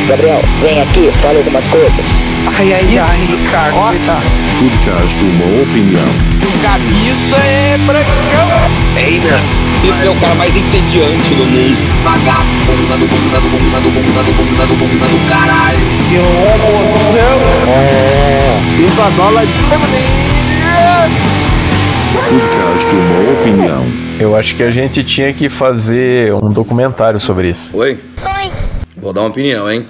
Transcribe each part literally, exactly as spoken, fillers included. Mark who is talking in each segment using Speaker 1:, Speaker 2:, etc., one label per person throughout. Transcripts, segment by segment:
Speaker 1: Gabriel, vem aqui, fala algumas coisas.
Speaker 2: Ai, ai, ai, Ricardo, coitado.
Speaker 3: Podcast Uma Opinião.
Speaker 4: O cabeça é brancão. Einas.
Speaker 5: Esse é o cara mais entediante do mundo.
Speaker 2: Vagabunda do bunda do bunda do bunda do bunda do bunda do caralho. Seu homozão.
Speaker 1: É.
Speaker 2: Viva dólar de
Speaker 3: Podcast Uma Opinião.
Speaker 6: Eu acho que a gente tinha que fazer um documentário sobre isso.
Speaker 5: Oi? Oi. Vou dar uma opinião, hein?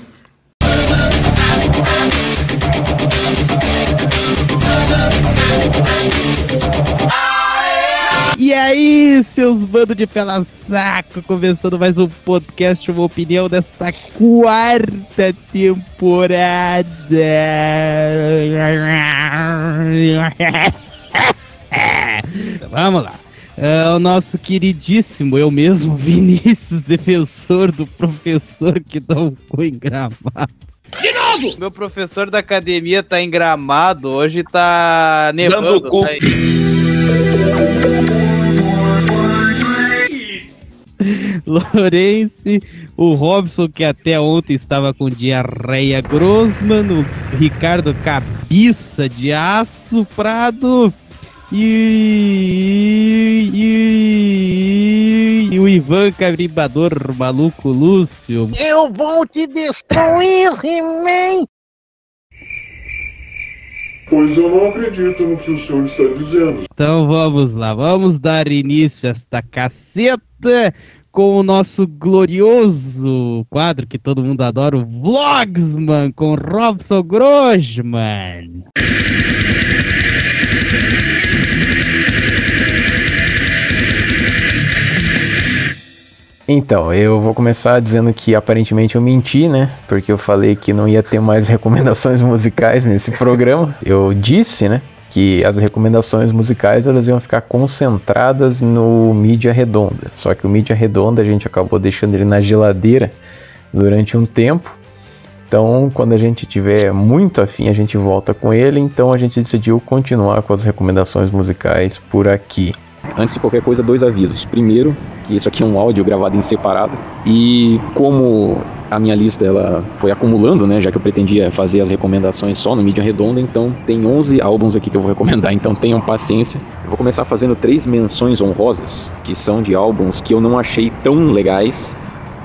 Speaker 7: E aí, seus bandos de pela saco, começando mais um podcast, uma opinião desta quarta temporada. Vamos lá. É o nosso queridíssimo, eu mesmo, Vinícius, defensor do professor que não foi em Gramado.
Speaker 5: De novo!
Speaker 7: Meu professor da academia tá em Gramado, hoje tá nevando.
Speaker 5: Dando cu.
Speaker 7: Tá aí. Lourenço, o Robson, que até ontem estava com diarreia Grossman, o Ricardo Cabeça de Aço Prado e, e, e o Ivan Cabribador Maluco Lúcio.
Speaker 2: Eu vou te destruir, He-Man!
Speaker 3: Pois eu não acredito no que o senhor está dizendo.
Speaker 7: Então vamos lá, vamos dar início a esta caceta com o nosso glorioso quadro que todo mundo adora, o Vlogsman, com Robson Grossman.
Speaker 6: Então, eu vou começar dizendo que aparentemente eu menti, né? Porque eu falei que não ia ter mais recomendações musicais nesse programa. Eu disse, né, que as recomendações musicais elas iam ficar concentradas no Mídia Redonda. Só que o Mídia Redonda a gente acabou deixando ele na geladeira durante um tempo. Então, quando a gente tiver muito afim, a gente volta com ele. Então, a gente decidiu continuar com as recomendações musicais por aqui.
Speaker 5: Antes de qualquer coisa, dois avisos. Primeiro, que isso aqui é um áudio gravado em separado. E como a minha lista ela foi acumulando, né, já que eu pretendia fazer as recomendações só no Mídia Redonda, então tem onze álbuns aqui que eu vou recomendar, então tenham paciência. Eu vou começar fazendo três menções honrosas, que são de álbuns que eu não achei tão legais,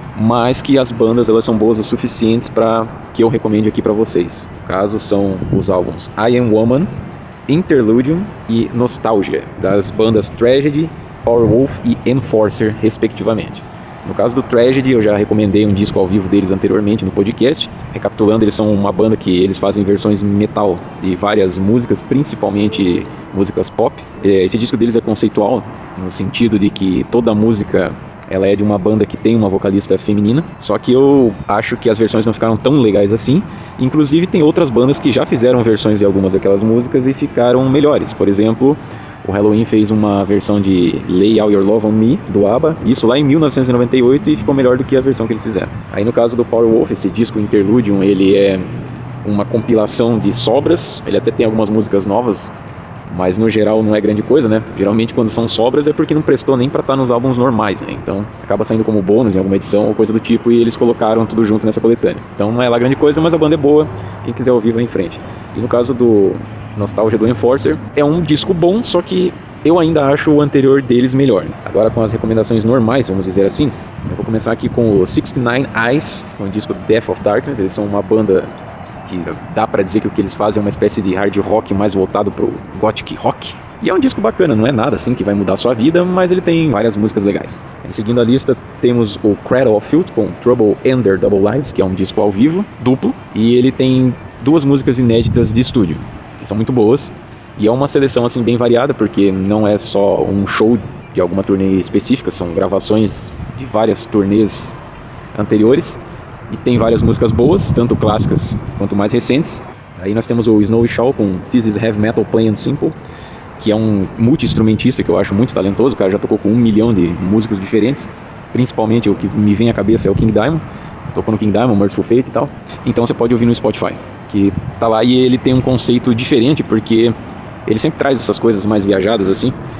Speaker 5: mas que as bandas elas são boas o suficientes para que eu recomende aqui para vocês. No caso, são os álbuns I Am Woman, Interludium e Nostalgia, das bandas Tragedy, Powerwolf e Enforcer, respectivamente. No caso do Tragedy, eu já recomendei um disco ao vivo deles anteriormente no podcast. Recapitulando, eles são uma banda que eles fazem versões metal de várias músicas, principalmente músicas pop. Esse disco deles é conceitual, no sentido de que toda a música ela é de uma banda que tem uma vocalista feminina, só que eu acho que as versões não ficaram tão legais assim. Inclusive tem outras bandas que já fizeram versões de algumas daquelas músicas e ficaram melhores. Por exemplo, o Halloween fez uma versão de Lay All Your Love On Me, do ABBA, isso lá em mil novecentos e noventa e oito, e ficou melhor do que a versão que eles fizeram. Aí no caso do Powerwolf, esse disco Interludium, ele é uma compilação de sobras, ele até tem algumas músicas novas, mas no geral não é grande coisa, né? Geralmente quando são sobras é porque não prestou nem pra estar nos álbuns normais, né? Então acaba saindo como bônus em alguma edição ou coisa do tipo, e eles colocaram tudo junto nessa coletânea. Então não é lá grande coisa, mas a banda é boa, quem quiser ouvir vai em frente. E no caso do Nostalgia do Enforcer, é um disco bom, só que eu ainda acho o anterior deles melhor. Agora com as recomendações normais, vamos dizer assim, eu vou começar aqui com o sessenta e nove Eyes, com o disco Death of Darkness. Eles são uma banda que dá pra dizer que o que eles fazem é uma espécie de hard rock mais voltado pro gothic rock. E é um disco bacana, não é nada assim que vai mudar a sua vida, mas ele tem várias músicas legais. E seguindo a lista, temos o Cradle of Filth com Trouble and Their Double Lives, que é um disco ao vivo, duplo, e ele tem duas músicas inéditas de estúdio, que são muito boas. E é uma seleção assim bem variada, porque não é só um show de alguma turnê específica, são gravações de várias turnês anteriores. E tem várias músicas boas, tanto clássicas quanto mais recentes. Aí nós temos o Snowy Shaw com This Is Heavy Metal Plain and Simple, que é um multi-instrumentista que eu acho muito talentoso. O cara já tocou com um milhão de músicos diferentes. Principalmente o que me vem à cabeça é o King Diamond. Tocou no King Diamond, Merciful Fate e tal. Então você pode ouvir no Spotify, que tá lá, e ele tem um conceito diferente, porque ele sempre traz essas coisas mais viajadas assim.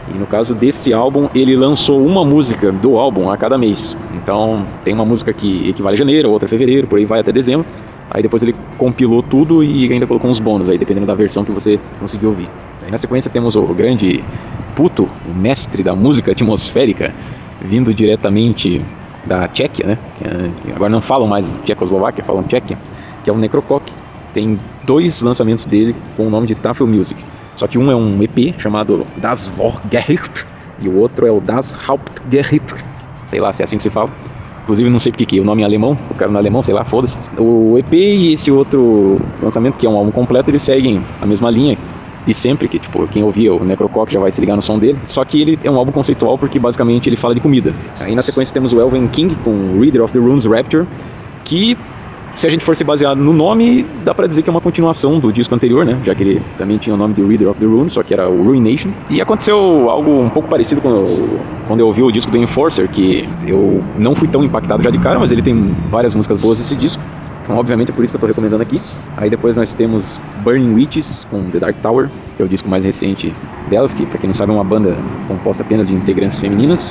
Speaker 5: E no caso desse álbum, ele lançou uma música do álbum a cada mês. Então tem uma música que equivale a janeiro, outra a fevereiro, por aí vai até dezembro. Aí depois ele compilou tudo e ainda colocou uns bônus aí, dependendo da versão que você conseguiu ouvir. Aí na sequência temos o grande Puto, o mestre da música atmosférica, vindo diretamente da Tchequia, né? Que agora não falam mais Tchecoslováquia, falam Tchequia, que é o Necrocock. Tem dois lançamentos dele com o nome de Tafel Music. Só que um é um E P chamado Das Vorgericht e o outro é o Das Hauptgericht. Sei lá se é assim que se fala. Inclusive não sei porque que o nome é alemão, o cara no alemão, sei lá, foda-se. O E P e esse outro lançamento, que é um álbum completo, eles seguem a mesma linha de sempre, que tipo, quem ouvia o Necrocock já vai se ligar no som dele. Só que ele é um álbum conceitual porque basicamente ele fala de comida. Aí na sequência temos o Elven King com Reader of the Runes Rapture, que se a gente for se basear no nome, dá pra dizer que é uma continuação do disco anterior, né? Já que ele também tinha o nome de Reader of the Runes, só que era o Ruination. E aconteceu algo um pouco parecido quando eu, quando eu ouvi o disco do Enforcer, que eu não fui tão impactado já de cara, mas ele tem várias músicas boas nesse disco. Então, obviamente, é por isso que eu tô recomendando aqui. Aí depois nós temos Burning Witches com The Dark Tower, que é o disco mais recente delas, que pra quem não sabe é uma banda composta apenas de integrantes femininas.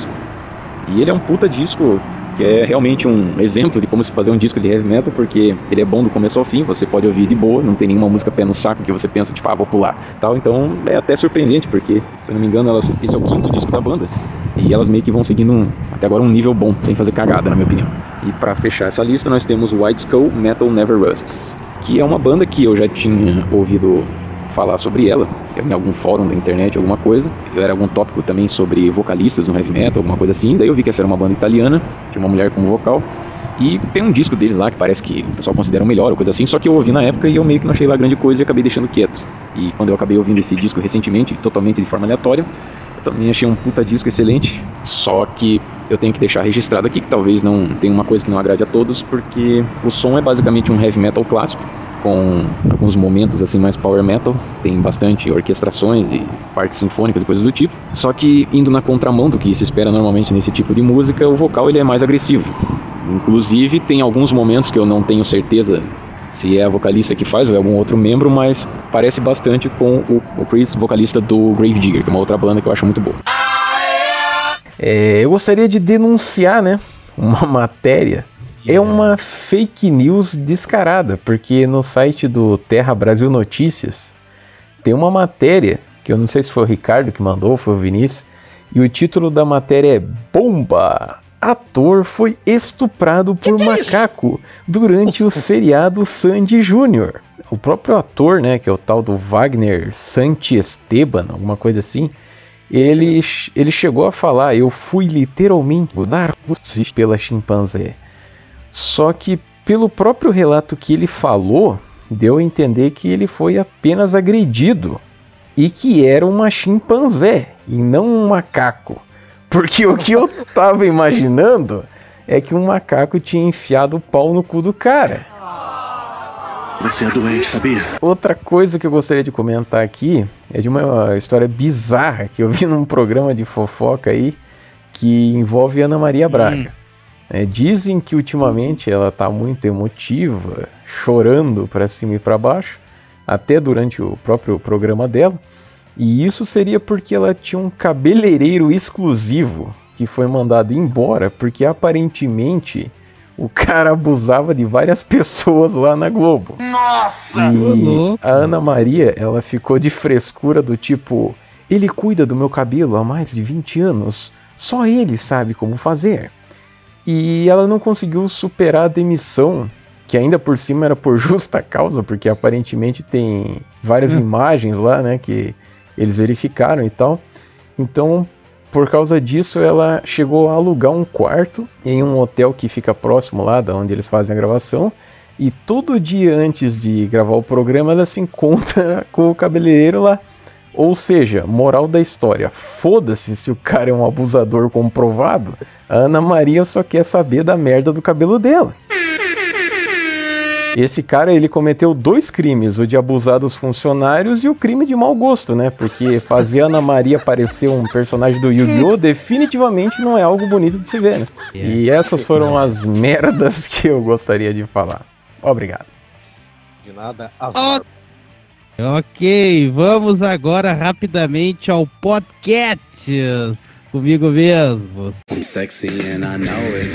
Speaker 5: E ele é um puta disco que é realmente um exemplo de como se fazer um disco de heavy metal, porque ele é bom do começo ao fim, você pode ouvir de boa, não tem nenhuma música pé no saco que você pensa, tipo, ah, vou pular, tal. Então é até surpreendente, porque, se eu não me engano, elas, esse é o quinto disco da banda, e elas meio que vão seguindo, um, até agora, um nível bom, sem fazer cagada, na minha opinião. E pra fechar essa lista, nós temos White Skull Metal Never Rusts, que é uma banda que eu já tinha ouvido falar sobre ela, em algum fórum da internet, alguma coisa. Eu era algum tópico também sobre vocalistas no heavy metal, alguma coisa assim. Daí eu vi que essa era uma banda italiana, tinha uma mulher como vocal. E tem um disco deles lá que parece que o pessoal considera o melhor, ou coisa assim. Só que eu ouvi na época e eu meio que não achei lá grande coisa e acabei deixando quieto. E quando eu acabei ouvindo esse disco recentemente, totalmente de forma aleatória, eu também achei um puta disco excelente. Só que eu tenho que deixar registrado aqui que talvez não tenha uma coisa que não agrade a todos, porque o som é basicamente um heavy metal clássico, com alguns momentos assim mais power metal, tem bastante orquestrações e partes sinfônicas e coisas do tipo. Só que indo na contramão do que se espera normalmente nesse tipo de música, o vocal ele é mais agressivo. Inclusive tem alguns momentos que eu não tenho certeza se é a vocalista que faz ou é algum outro membro, mas parece bastante com o, o Chris, vocalista do Gravedigger, que é uma outra banda que eu acho muito boa.
Speaker 6: É, eu gostaria de denunciar, né, uma matéria. É uma fake news descarada, porque no site do Terra Brasil Notícias tem uma matéria, que eu não sei se foi o Ricardo que mandou, foi o Vinícius, e o título da matéria é Bomba! Ator foi estuprado por que que macaco é durante o seriado Sandy Júnior O próprio ator, né, que é o tal do Wagner Santiesteban, alguma coisa assim, ele, ele chegou a falar, eu fui literalmente dar pela chimpanzé. Só que pelo próprio relato que ele falou, deu a entender que ele foi apenas agredido e que era uma chimpanzé e não um macaco. Porque o que eu tava imaginando é que um macaco tinha enfiado o pau no cu do cara.
Speaker 2: Vai ser doente, sabia?
Speaker 6: Outra coisa que eu gostaria de comentar aqui é de uma história bizarra que eu vi num programa de fofoca aí que envolve Ana Maria Braga. Hum. É, dizem que ultimamente ela tá muito emotiva, chorando para cima e para baixo, até durante o próprio programa dela. E isso seria porque ela tinha um cabeleireiro exclusivo que foi mandado embora porque aparentemente o cara abusava de várias pessoas lá na Globo.
Speaker 2: Nossa!
Speaker 6: E a Ana Maria, ela ficou de frescura do tipo, ele cuida do meu cabelo há mais de vinte anos, só ele sabe como fazer. E ela não conseguiu superar a demissão, que ainda por cima era por justa causa, porque aparentemente tem várias hum. imagens lá, né, que eles verificaram e tal. Então, por causa disso, ela chegou a alugar um quarto em um hotel que fica próximo lá da onde eles fazem a gravação. E todo dia antes de gravar o programa, ela se encontra com o cabeleireiro lá. Ou seja, moral da história, foda-se se o cara é um abusador comprovado, a Ana Maria só quer saber da merda do cabelo dela. Esse cara, ele cometeu dois crimes, o de abusar dos funcionários e o crime de mau gosto, né? Porque fazer a Ana Maria parecer um personagem do Yu-Gi-Oh! Definitivamente não é algo bonito de se ver, né? E essas foram as merdas que eu gostaria de falar. Obrigado.
Speaker 8: De nada, azar.
Speaker 7: Ok, vamos agora rapidamente ao podcast. Comigo mesmo.
Speaker 8: I'm sexy and I know it.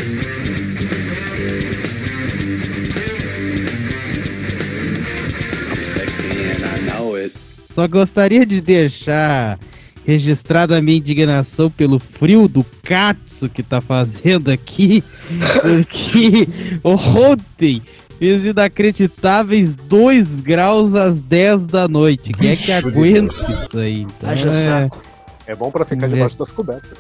Speaker 8: I'm sexy and I know it.
Speaker 7: Só gostaria de deixar registrada a minha indignação pelo frio do Katsu que tá fazendo aqui, porque ontem fez inacreditáveis dois graus às dez da noite. Quem é que aguenta isso aí? Então,
Speaker 9: Haja
Speaker 7: é...
Speaker 9: saco.
Speaker 10: É bom pra ficar
Speaker 7: É.
Speaker 10: debaixo das cobertas.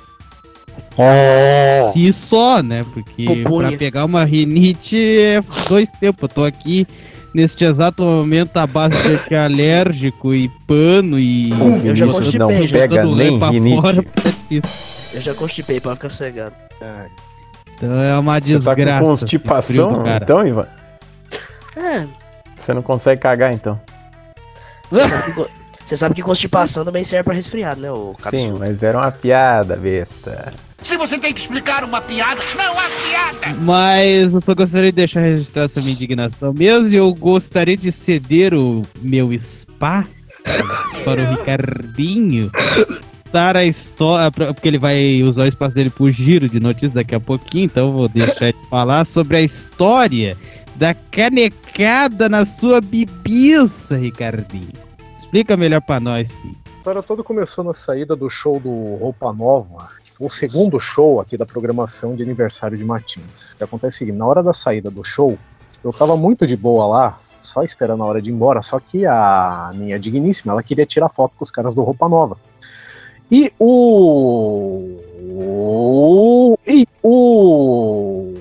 Speaker 7: E só, né? Porque
Speaker 9: Pupunha.
Speaker 7: pra pegar uma rinite é dois tempos. Eu tô aqui neste exato momento à base de antialérgico e pano e...
Speaker 9: Eu já
Speaker 7: botando-
Speaker 9: constipei,
Speaker 6: não
Speaker 9: já.
Speaker 6: pega
Speaker 7: botando lei
Speaker 6: nem
Speaker 7: pra
Speaker 6: rinite.
Speaker 7: fora, porque é difícil.
Speaker 9: Eu já constipei pra ficar cegado.
Speaker 10: É.
Speaker 7: Então é uma
Speaker 6: Você tá
Speaker 7: desgraça.
Speaker 6: com
Speaker 7: esse frio
Speaker 6: constipação,
Speaker 7: do cara.
Speaker 6: então, Ivan?
Speaker 9: É,
Speaker 6: Você não consegue cagar, então?
Speaker 9: você sabe, que, co- você sabe que constipação também serve pra resfriado, né, ô
Speaker 6: Sim,
Speaker 9: cabeçudo?
Speaker 6: mas era uma piada, besta.
Speaker 2: Se você tem que explicar uma piada, não há piada!
Speaker 7: Mas eu só gostaria de deixar registrar essa minha indignação mesmo. E eu gostaria de ceder o meu espaço para o Ricardinho dar a história, porque ele vai usar o espaço dele pro giro de notícias daqui a pouquinho, então eu vou deixar ele falar sobre a história da canecada na sua bibiça, Ricardinho. Explica melhor pra nós, filho.
Speaker 10: A história toda começou na saída do show do Roupa Nova, que foi o segundo show aqui da programação de aniversário de Matinhos. O que acontece é o seguinte, na hora da saída do show, eu tava muito de boa lá, só esperando a hora de ir embora, só que a minha digníssima, ela queria tirar foto com os caras do Roupa Nova. E o... o... E o...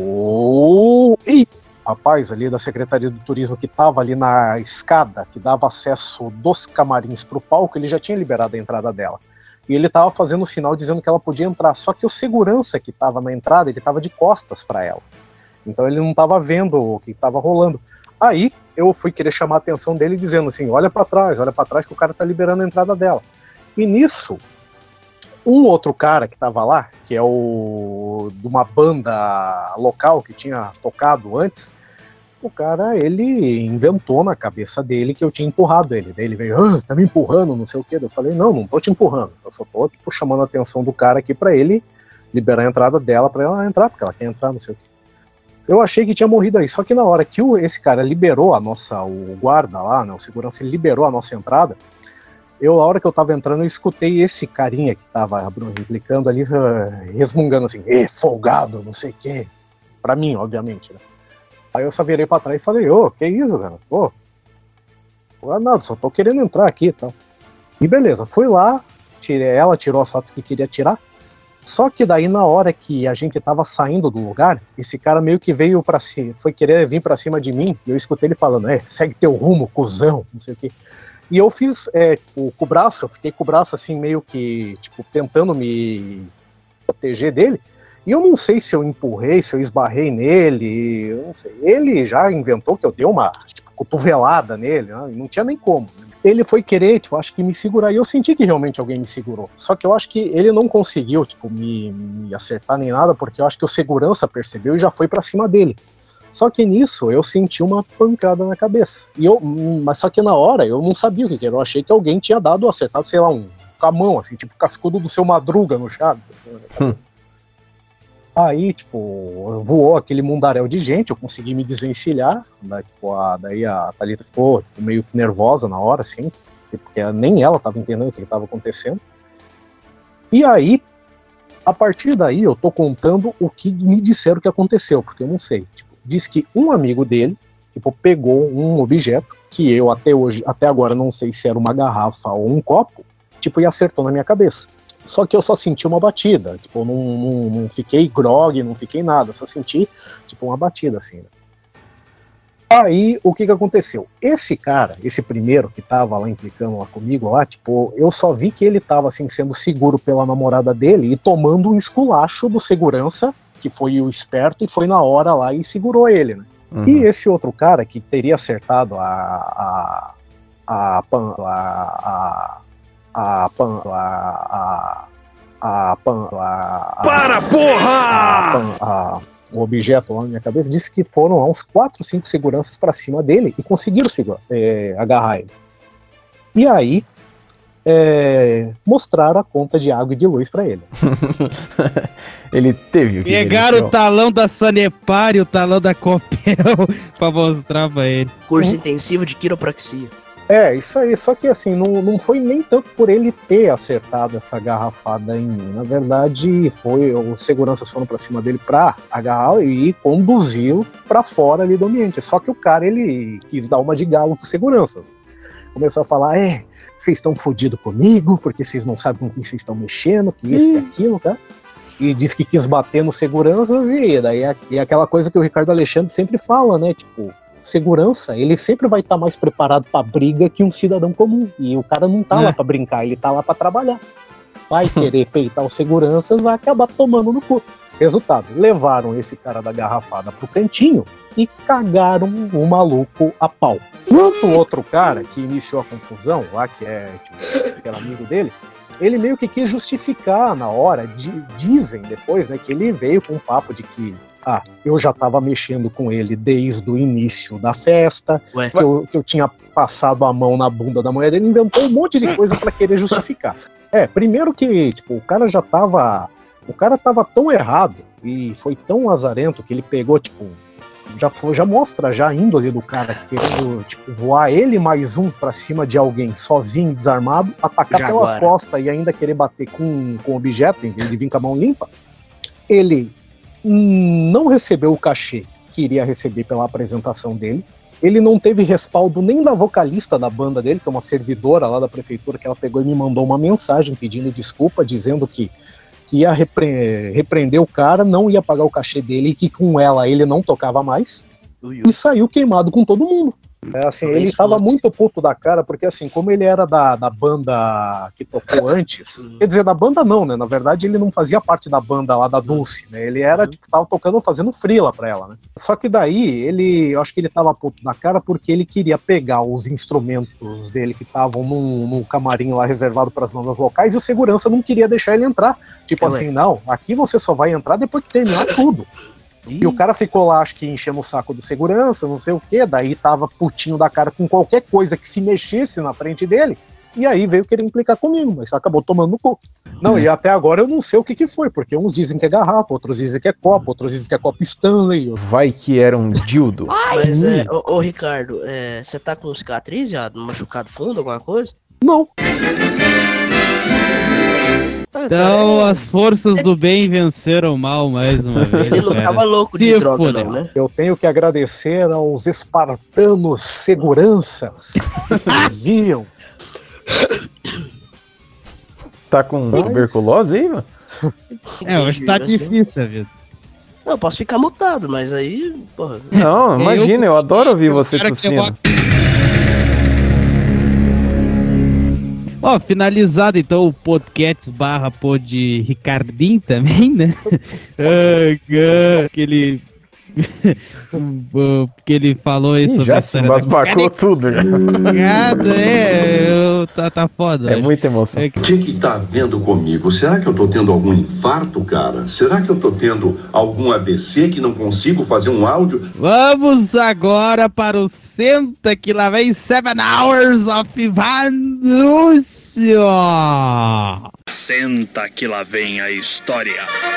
Speaker 10: o... E rapaz ali da Secretaria do Turismo que estava ali na escada que dava acesso dos camarins para o palco, ele já tinha liberado a entrada dela. E ele estava fazendo o sinal dizendo que ela podia entrar, só que o segurança que estava na entrada, ele estava de costas para ela. Então ele não estava vendo o que estava rolando. Aí eu fui querer chamar a atenção dele dizendo assim, olha para trás, olha para trás que o cara está liberando a entrada dela. E nisso, um outro cara que estava lá, que é o de uma banda local que tinha tocado antes, o cara, ele inventou na cabeça dele que eu tinha empurrado ele. Daí ele veio, ah, tá me empurrando, não sei o quê. Eu falei, não, não tô te empurrando. Eu só tô, tipo, chamando a atenção do cara aqui pra ele liberar a entrada dela, pra ela entrar, porque ela quer entrar, não sei o quê. Eu achei que tinha morrido aí. Só que na hora que o, esse cara liberou a nossa, o guarda lá, né, o segurança, ele liberou a nossa entrada, eu, na hora que eu tava entrando, eu escutei esse carinha que tava implicando ali, uh, resmungando assim, eh, folgado, não sei o quê. Pra mim, obviamente, né. Aí eu só virei pra trás e falei, ô, que isso, cara? Pô, ah, nada, só tô querendo entrar aqui e tal. E beleza, fui lá, tirei, ela tirou as fotos que queria tirar, só que daí na hora que a gente tava saindo do lugar, esse cara meio que veio pra cima, foi querer vir pra cima de mim, e eu escutei ele falando, é, segue teu rumo, cuzão, não sei o quê. E eu fiz, é, tipo, com o braço, eu fiquei com o braço assim, meio que, tipo, tentando me proteger dele. E eu não sei se eu empurrei, se eu esbarrei nele, eu não sei. Ele já inventou que eu dei uma, tipo, cotovelada nele, né? Não tinha nem como. Ele foi querer, tipo, acho que me segurar, e eu senti que realmente alguém me segurou. Só que eu acho que ele não conseguiu, tipo, me, me acertar nem nada, porque eu acho que o segurança percebeu e já foi pra cima dele. Só que nisso eu senti uma pancada na cabeça. E eu, mas só que na hora eu não sabia o que era. Eu achei que alguém tinha dado, acertado, sei lá, um com a mão, assim, tipo cascudo do seu Madruga no Chaves, assim, na minha cabeça. Hum. Aí, tipo, voou aquele mundaréu de gente, eu consegui me desvencilhar, daí, tipo, a, daí a Thalita ficou tipo, meio que nervosa na hora, assim, porque nem ela estava entendendo o que estava acontecendo. E aí, a partir daí, eu tô contando o que me disseram que aconteceu, porque eu não sei. Tipo, diz que um amigo dele, tipo, pegou um objeto, que eu até hoje, até agora não sei se era uma garrafa ou um copo, tipo, e acertou na minha cabeça. Só que eu só senti uma batida, tipo, não, não, não fiquei grog, não fiquei nada, só senti, tipo, uma batida, assim, né? Aí, o que que aconteceu? Esse cara, esse primeiro que tava lá implicando lá comigo, lá, tipo, eu só vi que ele tava, assim, sendo seguro pela namorada dele e tomando um esculacho do segurança, que foi o esperto, e foi na hora lá e segurou ele, né? Uhum. E esse outro cara que teria acertado a... a... a... a... a A, a, a, a, a, a,
Speaker 2: Para, porra!
Speaker 10: A, a, o objeto lá na minha cabeça disse que foram uns quatro, cinco seguranças pra cima dele e conseguiram segurar, é, agarrar ele. E aí, é, mostraram a conta de água e de luz pra ele.
Speaker 6: Ele teve o que
Speaker 7: pegaram o talão da Sanepar e o talão da Copel pra mostrar pra ele.
Speaker 9: Curso uhum. intensivo de quiropraxia.
Speaker 10: É, isso aí, só que assim, não, não foi nem tanto por ele ter acertado essa garrafada em mim. Na verdade, foi, os seguranças foram pra cima dele pra agarrá-lo e conduzi-lo pra fora ali do ambiente. Só que o cara, ele quis dar uma de galo com segurança. Começou a falar, é, vocês estão fodidos comigo, porque vocês não sabem com quem vocês estão mexendo, que isso, que aquilo, tá? E disse que quis bater nos seguranças e daí é, é aquela coisa que o Ricardo Alexandre sempre fala, né, tipo... Segurança, ele sempre vai estar tá mais preparado pra briga que um cidadão comum. E o cara não tá é. lá pra brincar, ele tá lá pra trabalhar. Vai querer peitar os seguranças, vai acabar tomando no cu. Resultado, levaram esse cara da garrafada pro cantinho e cagaram o maluco a pau. Enquanto o outro cara que iniciou a confusão, lá que é tipo, que era amigo dele, ele meio que quis justificar na hora, de, dizem depois, né, que ele veio com um papo de que ah, eu já estava mexendo com ele desde o início da festa, que eu, que eu tinha passado a mão na bunda da mulher dele, inventou um monte de coisa para querer justificar. É, primeiro que, tipo, o cara já tava, o cara tava tão errado e foi tão azarento que ele pegou, tipo, já, foi, já mostra já a índole do cara querendo, tipo, voar ele mais um pra cima de alguém sozinho, desarmado, atacar Jaguara. pelas costas e ainda querer bater com, com objeto, em vez de vir com a mão limpa. Ele não recebeu o cachê que iria receber pela apresentação dele. Ele não teve respaldo nem da vocalista da banda dele, que é uma servidora lá da prefeitura, que ela pegou e me mandou uma mensagem pedindo desculpa, dizendo que, que ia repre- repreender o cara, não ia pagar o cachê dele e que com ela ele não tocava mais. Ui, ui. E saiu queimado com todo mundo. É, assim, ele estava muito puto da cara, porque assim, como ele era da, da banda que tocou antes, quer dizer, da banda não, né, na verdade ele não fazia parte da banda lá da Dulce, né, ele era, tipo, tava tocando, fazendo freela pra ela, né, só que daí, ele, eu acho que ele tava puto da cara porque ele queria pegar os instrumentos dele que estavam num, num camarim lá reservado pras bandas locais e o segurança não queria deixar ele entrar, tipo é, assim, ué. não, aqui você só vai entrar depois que terminar tudo. E o cara ficou lá, acho que enchendo o saco do segurança, não sei o que, daí tava putinho da cara com qualquer coisa que se mexesse na frente dele, e aí veio querer implicar comigo, mas acabou tomando no cu. Não, hum. e até agora eu não sei o que que foi, porque uns dizem que é garrafa, outros dizem que é copo, outros dizem que é copo Stanley.
Speaker 6: Vai que era um dildo.
Speaker 9: Mas, é, ô, ô Ricardo, você é, tá com cicatriz já, machucado fundo, alguma coisa?
Speaker 10: Não.
Speaker 7: Então as forças do bem venceram o mal mais uma vez.
Speaker 9: Ele não tava louco de Se droga não, né?
Speaker 10: Eu tenho que agradecer aos espartanos segurança que viam.
Speaker 6: Tá com tuberculose aí, mano?
Speaker 7: É, hoje tá difícil a vida.
Speaker 9: Não, eu posso ficar mutado, mas aí, porra.
Speaker 6: Não, imagina, eu, eu adoro ouvir você tossindo.
Speaker 7: Ó, oh, finalizado então o podcast barra pod Ricardinho também, né? Aquele... que ele falou aí sobre
Speaker 6: já se embasbacou tudo já.
Speaker 7: Nada, é, eu, tá, tá foda.
Speaker 6: É muita emoção.
Speaker 11: O que que tá vendo comigo? Será que eu tô tendo algum infarto, cara? Será que eu tô tendo algum A V C que não consigo fazer um áudio?
Speaker 7: Vamos agora para o Senta que lá vem Seven Hours of Vanúcio.
Speaker 8: Senta que lá vem a história.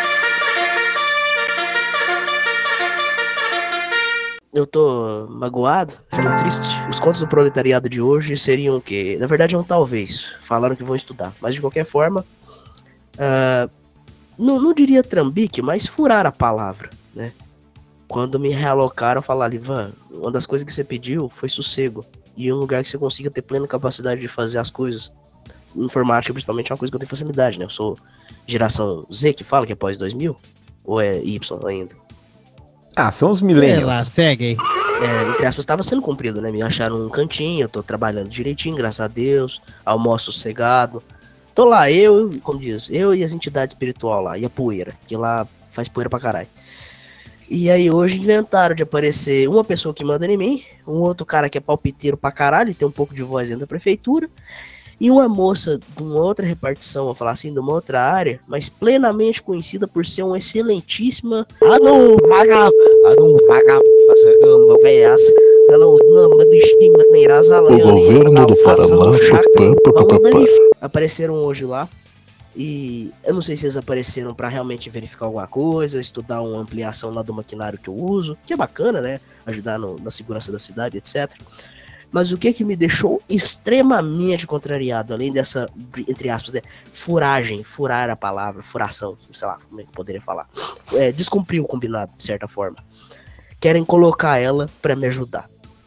Speaker 9: Eu tô magoado, estou triste. Os contos do proletariado de hoje seriam o quê? Na verdade é um talvez. Falaram que vão estudar. Mas de qualquer forma, uh, não, não diria trambique, mas furar a palavra, né? Quando me realocaram, falaram, Ivan, uma das coisas que você pediu foi sossego. E um lugar que você consiga ter plena capacidade de fazer as coisas. Informática, principalmente, é uma coisa que eu tenho facilidade, né? Eu sou geração Z, que fala que é pós dois mil? Ou é Y ainda?
Speaker 6: Ah, são os milênios.
Speaker 7: lá, segue aí.
Speaker 9: É, entre aspas, estava sendo cumprido, né? Me acharam um cantinho, eu tô trabalhando direitinho, graças a Deus. Almoço sossegado. Tô lá, eu, como diz, eu e as entidades espirituais lá, e a poeira, que lá faz poeira pra caralho. E aí hoje inventaram de aparecer uma pessoa que manda em mim, um outro cara que é palpiteiro pra caralho, tem um pouco de voz dentro da prefeitura, e uma moça de uma outra repartição, vou falar assim, de uma outra área, mas plenamente conhecida por ser uma excelentíssima... Ah não, paga... Ah não, paga... Ela não... Não, mas do estima, Azalanha.
Speaker 12: O governo do Paraná.
Speaker 9: Apareceram hoje lá. E eu não sei se eles apareceram pra realmente verificar alguma coisa, estudar uma ampliação lá do maquinário que eu uso, que é bacana, né? Ajudar no, na segurança da cidade, etcétera. Mas o que que me deixou extremamente contrariado, além dessa, entre aspas, né, furagem, furar a palavra, furação, sei lá como é que poderia falar, é, descumprir o combinado, de certa forma. Querem colocar ela pra me ajudar.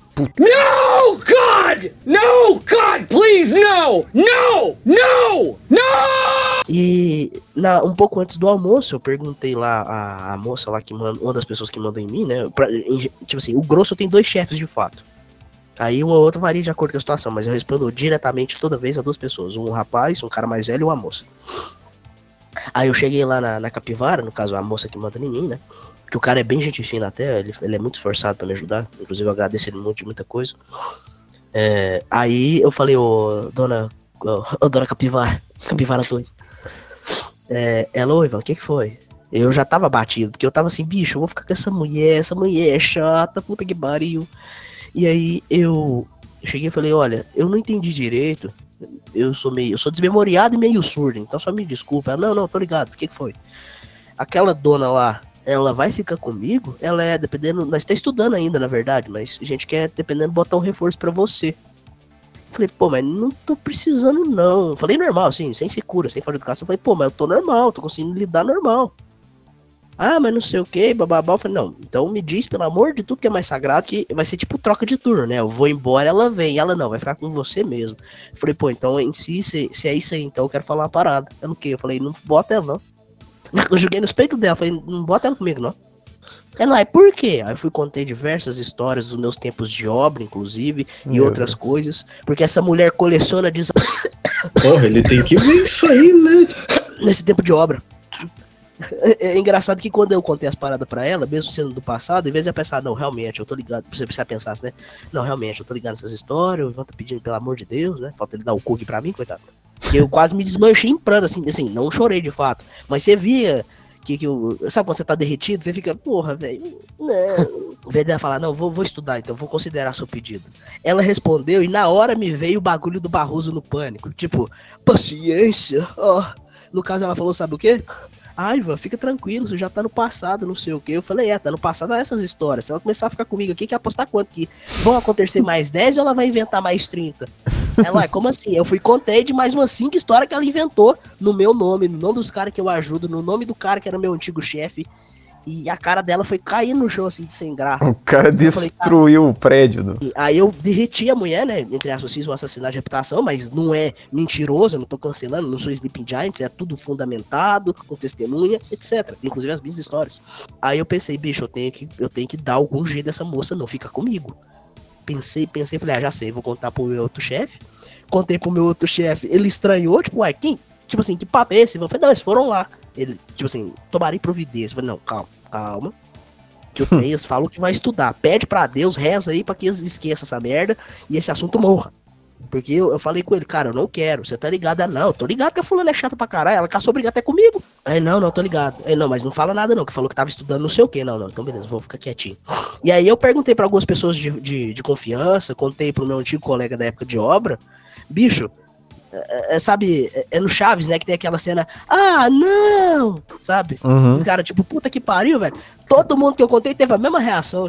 Speaker 13: No, God! No, God, please, no! No! No! No!
Speaker 9: E na, um pouco antes do almoço, eu perguntei lá a, a moça lá que manda, uma das pessoas que mandam em mim, né? Pra, em, tipo assim, o grosso tem dois chefes de fato. Aí uma ou outra varia de acordo com a situação, mas eu respondo diretamente toda vez a duas pessoas. Um rapaz, um cara mais velho e uma moça. Aí eu cheguei lá na, na capivara, no caso a moça que manda em mim, né? Que o cara é bem gente fina até, ele, ele é muito esforçado pra me ajudar. Inclusive eu agradeço ele muito de muita coisa. É, aí eu falei, ô dona, ô, ô dona capivara, capivara dois. É, ela, oi, Ivan, o que que foi? Eu já tava batido, porque eu tava assim, bicho, eu vou ficar com essa mulher, essa mulher é chata, puta que pariu. E aí eu cheguei e falei, olha, eu não entendi direito, eu sou meio, eu sou desmemoriado e meio surdo, então só me desculpa. Ela, não, não, tô ligado, o que que foi? Aquela dona lá, ela vai ficar comigo? Ela é, dependendo, nós tá estudando ainda, na verdade, mas a gente quer, dependendo, botar um reforço pra você. Falei, pô, mas não tô precisando não. Falei normal, assim, sem secura, sem falta de educação. Falei, pô, mas eu tô normal, tô conseguindo lidar normal. Ah, mas não sei o que, bababá. Eu falei, não, então me diz, pelo amor de tudo que é mais sagrado, que vai ser tipo troca de turno, né? Eu vou embora, ela vem. Ela não, vai ficar com você mesmo. Eu falei, pô, então em si, se, se é isso aí, então eu quero falar uma parada. Ela o quê? Eu falei, não bota ela, não. Eu joguei nos peitos dela, falei, não bota ela comigo, não. Ela, é por quê? Aí eu fui contei diversas histórias dos meus tempos de obra, inclusive, Meu e outras Deus. coisas. Porque essa mulher coleciona des...
Speaker 12: Porra, ele tem que ver isso aí, né?
Speaker 9: Nesse tempo de obra. É engraçado que quando eu contei as paradas pra ela, mesmo sendo do passado, em vez de eu pensar, não, realmente, eu tô ligado, você precisa pensar assim, né? Não, realmente, eu tô ligado nessas histórias, o Ivan tá pedindo, pelo amor de Deus, né? Falta ele dar o cookie pra mim, coitado. Que eu quase me desmanchei em pranto, assim, assim, não chorei de fato, mas você via que, que eu, sabe quando você tá derretido, você fica, porra, velho, não. Em vez dela falar, não, vou, vou estudar, então vou considerar seu pedido. Ela respondeu e na hora me veio o bagulho do Barroso no Pânico, tipo, paciência, ó. Oh. No caso ela falou, sabe o quê? Ai, Ivan, fica tranquilo, você já tá no passado, não sei o que. Eu falei, é, tá no passado essas histórias. Se ela começar a ficar comigo aqui, quer apostar quanto que vão acontecer mais dez ou ela vai inventar mais trinta? Ela, como assim? Eu fui contei de mais umas cinco histórias que ela inventou no meu nome, no nome dos caras que eu ajudo, no nome do cara que era meu antigo chefe. E a cara dela foi cair no chão, assim, de sem graça.
Speaker 6: O cara destruiu falei, o prédio. Do...
Speaker 9: Aí eu derreti a mulher, né? Entre aspas, fiz um assassinato de reputação, mas não é mentiroso, eu não tô cancelando, não sou Sleeping Giants, é tudo fundamentado, com testemunha, etcétera. Inclusive as minhas histórias. Aí eu pensei, bicho, eu tenho que, eu tenho que dar algum jeito dessa moça não ficar comigo. Pensei, pensei, falei, ah, já sei, vou contar pro meu outro chefe. Contei pro meu outro chefe, ele estranhou, tipo, ué, quem? Tipo assim, que papo é esse? Eu falei, não, eles foram lá. Ele, tipo assim, tomarei providência. Eu falei, não, calma, calma. Que o Três falou que vai estudar. Pede pra Deus, reza aí pra que eles esqueçam essa merda e esse assunto morra. Porque eu, eu falei com ele, cara, eu não quero. Você tá ligado? Ah, não, eu tô ligado que a fulana é chata pra caralho. Ela caçou brigar até comigo. Aí, não, não, tô ligado. Aí, não, mas não fala nada não, que falou que tava estudando não sei o que. Não, não, então beleza, vou ficar quietinho. E aí eu perguntei pra algumas pessoas de, de, de confiança, contei pro meu antigo colega da época de obra. Bicho, É, é, sabe, é, é no Chaves, né, que tem aquela cena, ah, não, sabe?
Speaker 6: Uhum.
Speaker 9: O cara, tipo, puta que pariu, velho. Todo mundo que eu contei teve a mesma reação.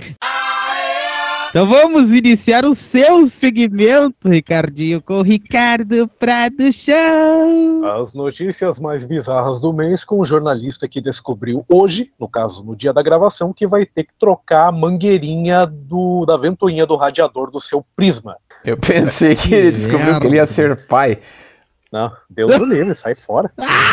Speaker 7: Então vamos iniciar o seu segmento, Ricardinho, com o Ricardo Prado Show.
Speaker 10: As notícias mais bizarras do mês com o jornalista que descobriu hoje, no caso, no dia da gravação, que vai ter que trocar a mangueirinha do, da ventoinha do radiador do seu Prisma.
Speaker 6: Eu pensei que, que ele descobriu merda. que ele ia ser pai.
Speaker 10: Não, Deus do livre, sai fora.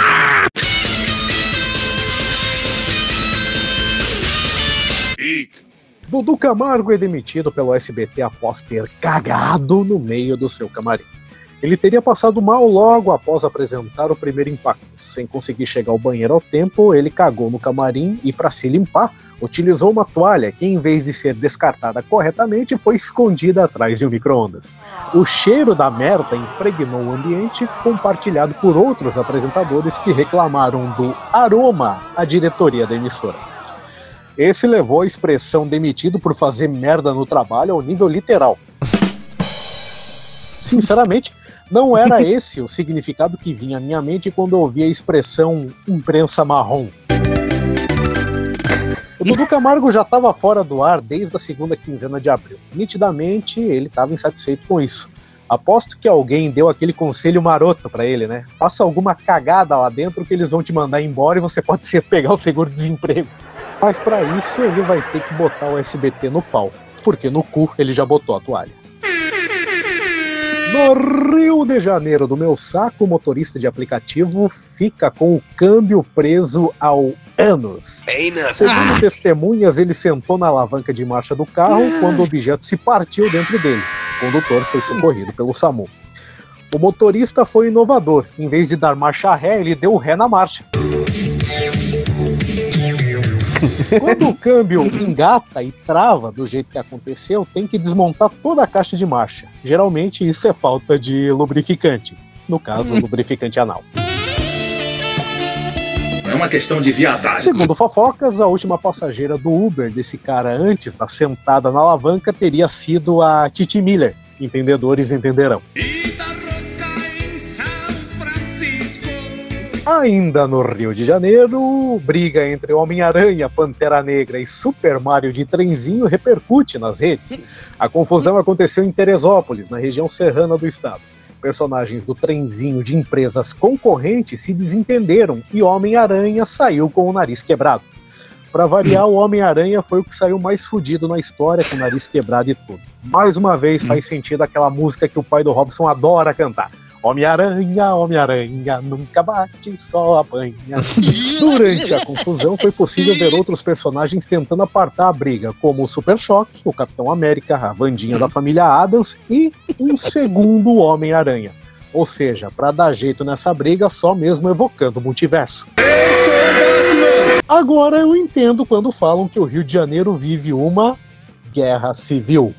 Speaker 10: Dudu Camargo é demitido pelo S B T após ter cagado no meio do seu camarim. Ele teria passado mal logo após apresentar o primeiro impacto. Sem conseguir chegar ao banheiro ao tempo, ele cagou no camarim e, para se limpar, utilizou uma toalha que, em vez de ser descartada corretamente, foi escondida atrás de um micro-ondas. O cheiro da merda impregnou o ambiente, compartilhado por outros apresentadores que reclamaram do aroma à diretoria da emissora. Esse levou a expressão demitido por fazer merda no trabalho ao nível literal. Sinceramente, não era esse o significado que vinha à minha mente quando eu ouvi a expressão imprensa marrom. O Dudu Camargo já estava fora do ar desde a segunda quinzena de abril. Nitidamente, ele estava insatisfeito com isso. Aposto que alguém deu aquele conselho maroto para ele, né? Faça alguma cagada lá dentro que eles vão te mandar embora e você pode ser pegar o seguro-desemprego. Mas para isso ele vai ter que botar o S B T no pau, porque no cu ele já botou a toalha. No Rio de Janeiro do meu saco, o motorista de aplicativo fica com o câmbio preso ao ânus. Segundo testemunhas, ele sentou na alavanca de marcha do carro quando o objeto se partiu dentro dele. O condutor foi socorrido pelo SAMU. O motorista foi inovador. Em vez de dar marcha ré, ele deu ré na marcha. Quando o câmbio engata e trava do jeito que aconteceu, tem que desmontar toda a caixa de marcha. Geralmente isso é falta de lubrificante. No caso, lubrificante anal.
Speaker 14: É uma questão de viadagem.
Speaker 10: Segundo fofocas, a última passageira do Uber desse cara antes da sentada na alavanca teria sido a Titi Miller. Entendedores entenderão. Ainda no Rio de Janeiro, briga entre Homem-Aranha, Pantera Negra e Super Mario de trenzinho repercute nas redes. A confusão aconteceu em Teresópolis, na região serrana do estado. Personagens do trenzinho de empresas concorrentes se desentenderam e Homem-Aranha saiu com o nariz quebrado. Para variar, o Homem-Aranha foi o que saiu mais fudido na história, com o nariz quebrado e tudo. Mais uma vez faz sentido aquela música que o pai do Robson adora cantar. Homem-Aranha, Homem-Aranha, nunca bate, só apanha. Durante a confusão, foi possível ver outros personagens tentando apartar a briga, como o Super Choque, o Capitão América, a Wandinha da família Addams e um segundo Homem-Aranha. Ou seja, para dar jeito nessa briga, só mesmo evocando o multiverso. Agora eu entendo quando falam que o Rio de Janeiro vive uma guerra civil.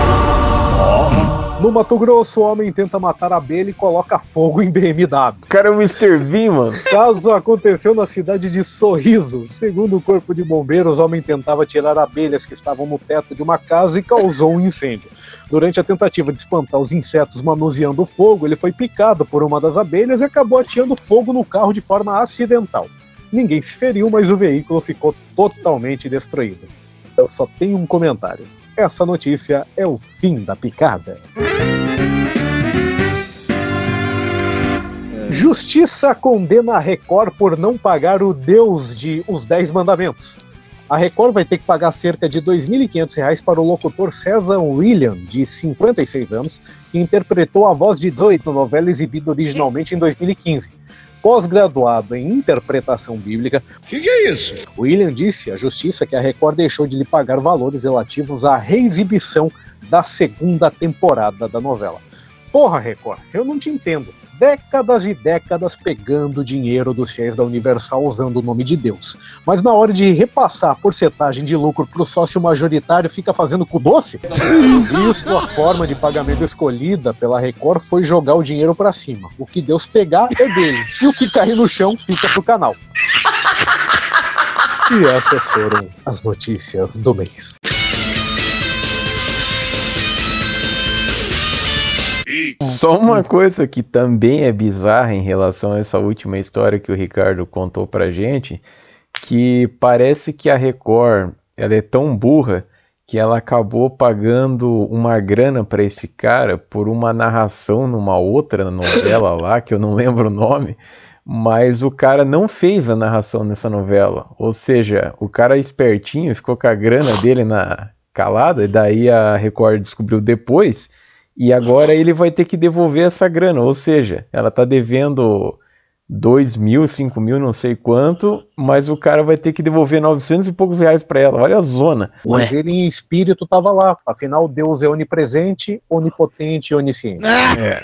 Speaker 10: No Mato Grosso, o homem tenta matar a abelha e coloca fogo em B M W.
Speaker 6: O cara é o mister Bean, mano.
Speaker 10: Caso aconteceu na cidade de Sorriso. Segundo o corpo de bombeiros, o homem tentava tirar abelhas que estavam no teto de uma casa e causou um incêndio. Durante a tentativa de espantar os insetos manuseando o fogo, ele foi picado por uma das abelhas e acabou ateando fogo no carro de forma acidental. Ninguém se feriu, mas o veículo ficou totalmente destruído. Eu só tenho um comentário. Essa notícia é o fim da picada. Justiça condena a Record por não pagar o Deus de Os Dez Mandamentos. A Record vai ter que pagar cerca de dois mil e quinhentos reais para o locutor César William, de cinquenta e seis anos, que interpretou a voz de Zoe na novela exibida originalmente em dois mil e quinze. Pós-graduado em interpretação bíblica, o que, que é isso? William disse à justiça que a Record deixou de lhe pagar valores relativos à reexibição da segunda temporada da novela. Porra, Record, eu não te entendo. Décadas e décadas pegando dinheiro dos fiéis da Universal usando o nome de Deus. Mas na hora de repassar a porcentagem de lucro pro sócio majoritário, fica fazendo cu doce? Isso, a forma de pagamento escolhida pela Record foi jogar o dinheiro pra cima. O que Deus pegar é dele. E o que cair no chão fica pro canal. E essas foram as notícias do mês.
Speaker 6: Só uma coisa que também é bizarra em relação a essa última história que o Ricardo contou pra gente, que parece que a Record, ela é tão burra que ela acabou pagando uma grana pra esse cara por uma narração numa outra novela lá, que eu não lembro o nome, mas o cara não fez a narração nessa novela. Ou seja, o cara espertinho ficou com a grana dele na calada, e daí a Record descobriu depois. E agora ele vai ter que devolver essa grana, ou seja, ela tá devendo dois mil, cinco mil, não sei quanto, mas o cara vai ter que devolver novecentos e poucos reais pra ela, olha a zona.
Speaker 10: Mas ele em espírito tava lá, afinal Deus é onipresente, onipotente e onisciente.
Speaker 7: Ah!
Speaker 6: É.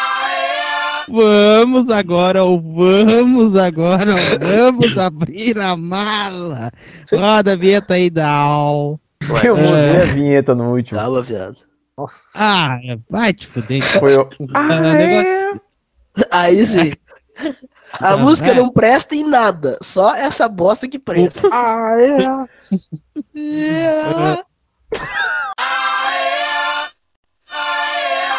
Speaker 7: Vamos agora, ou vamos agora, ou vamos abrir a mala. Roda a vinheta aí, Dal.
Speaker 6: Eu mudei a vinheta no último.
Speaker 9: Dá uma viada.
Speaker 10: Nossa.
Speaker 7: Ah, vai te fuder.
Speaker 6: Foi eu.
Speaker 7: Ah,
Speaker 6: Ah,
Speaker 7: negócio...
Speaker 9: Aí sim. A música não presta em nada, só essa bosta que presta.
Speaker 10: Ah, é.
Speaker 9: Yeah.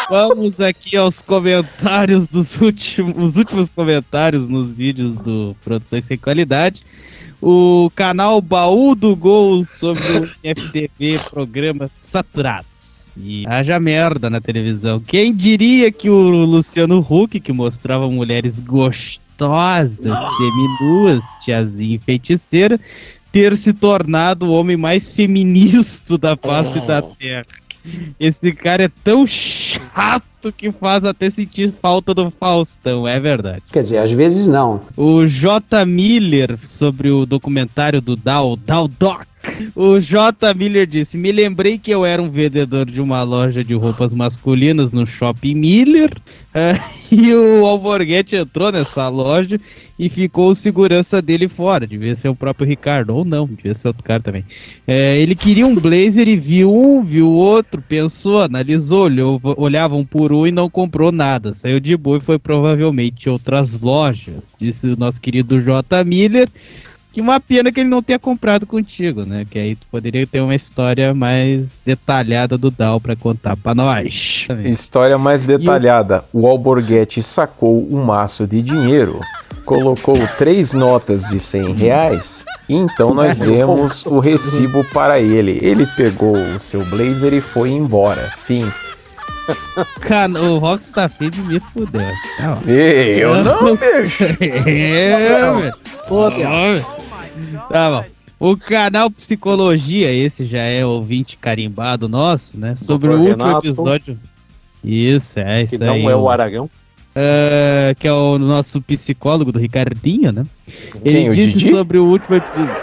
Speaker 7: Vamos aqui aos comentários dos últimos, os últimos comentários nos vídeos do Produções Sem Qualidade. O canal Baú do Gol sobre o F T V, programa Saturados. E haja merda na televisão. Quem diria que o Luciano Huck, que mostrava mulheres gostosas, seminuas, tiazinha e feiticeira, ter se tornado o homem mais feminista da face da Terra. Esse cara é tão chato que faz até sentir falta do Faustão, é verdade.
Speaker 15: Quer dizer, às vezes não.
Speaker 7: O J. Miller, sobre o documentário do Dow, Dow Doc. O J. Miller disse: me lembrei que eu era um vendedor de uma loja de roupas masculinas no Shopping Miller. Uh, e o Alborguete entrou nessa loja e ficou o segurança dele fora. Devia ser o próprio Ricardo, ou não, devia ser outro cara também. É, ele queria um blazer e viu um, viu outro, pensou, analisou, olhou, olhava um por um e não comprou nada. Saiu de boa e foi provavelmente outras lojas, disse o nosso querido J. Miller. Que uma pena que ele não tenha comprado contigo, né? Que aí tu poderia ter uma história mais detalhada do Dow pra contar pra nós.
Speaker 6: História mais detalhada. O, o Alborguete sacou um maço de dinheiro, colocou três notas de cem reais e então nós demos o recibo para ele. Ele pegou o seu blazer e foi embora. Fim.
Speaker 7: Cara, o Robson tá feio de me fuder. Tá,
Speaker 6: Ei, eu não, bicho.
Speaker 7: É, velho. Tá bom. O canal Psicologia, esse já é ouvinte carimbado nosso, né? Sobre o último
Speaker 10: Renato.
Speaker 7: episódio. Isso, é isso
Speaker 10: Que
Speaker 7: aí.
Speaker 10: não é o Aragão.
Speaker 7: Uh, que é o nosso psicólogo do Ricardinho, né?
Speaker 6: Quem,
Speaker 7: Ele
Speaker 6: o
Speaker 7: disse
Speaker 6: Didi?
Speaker 7: sobre o último episódio.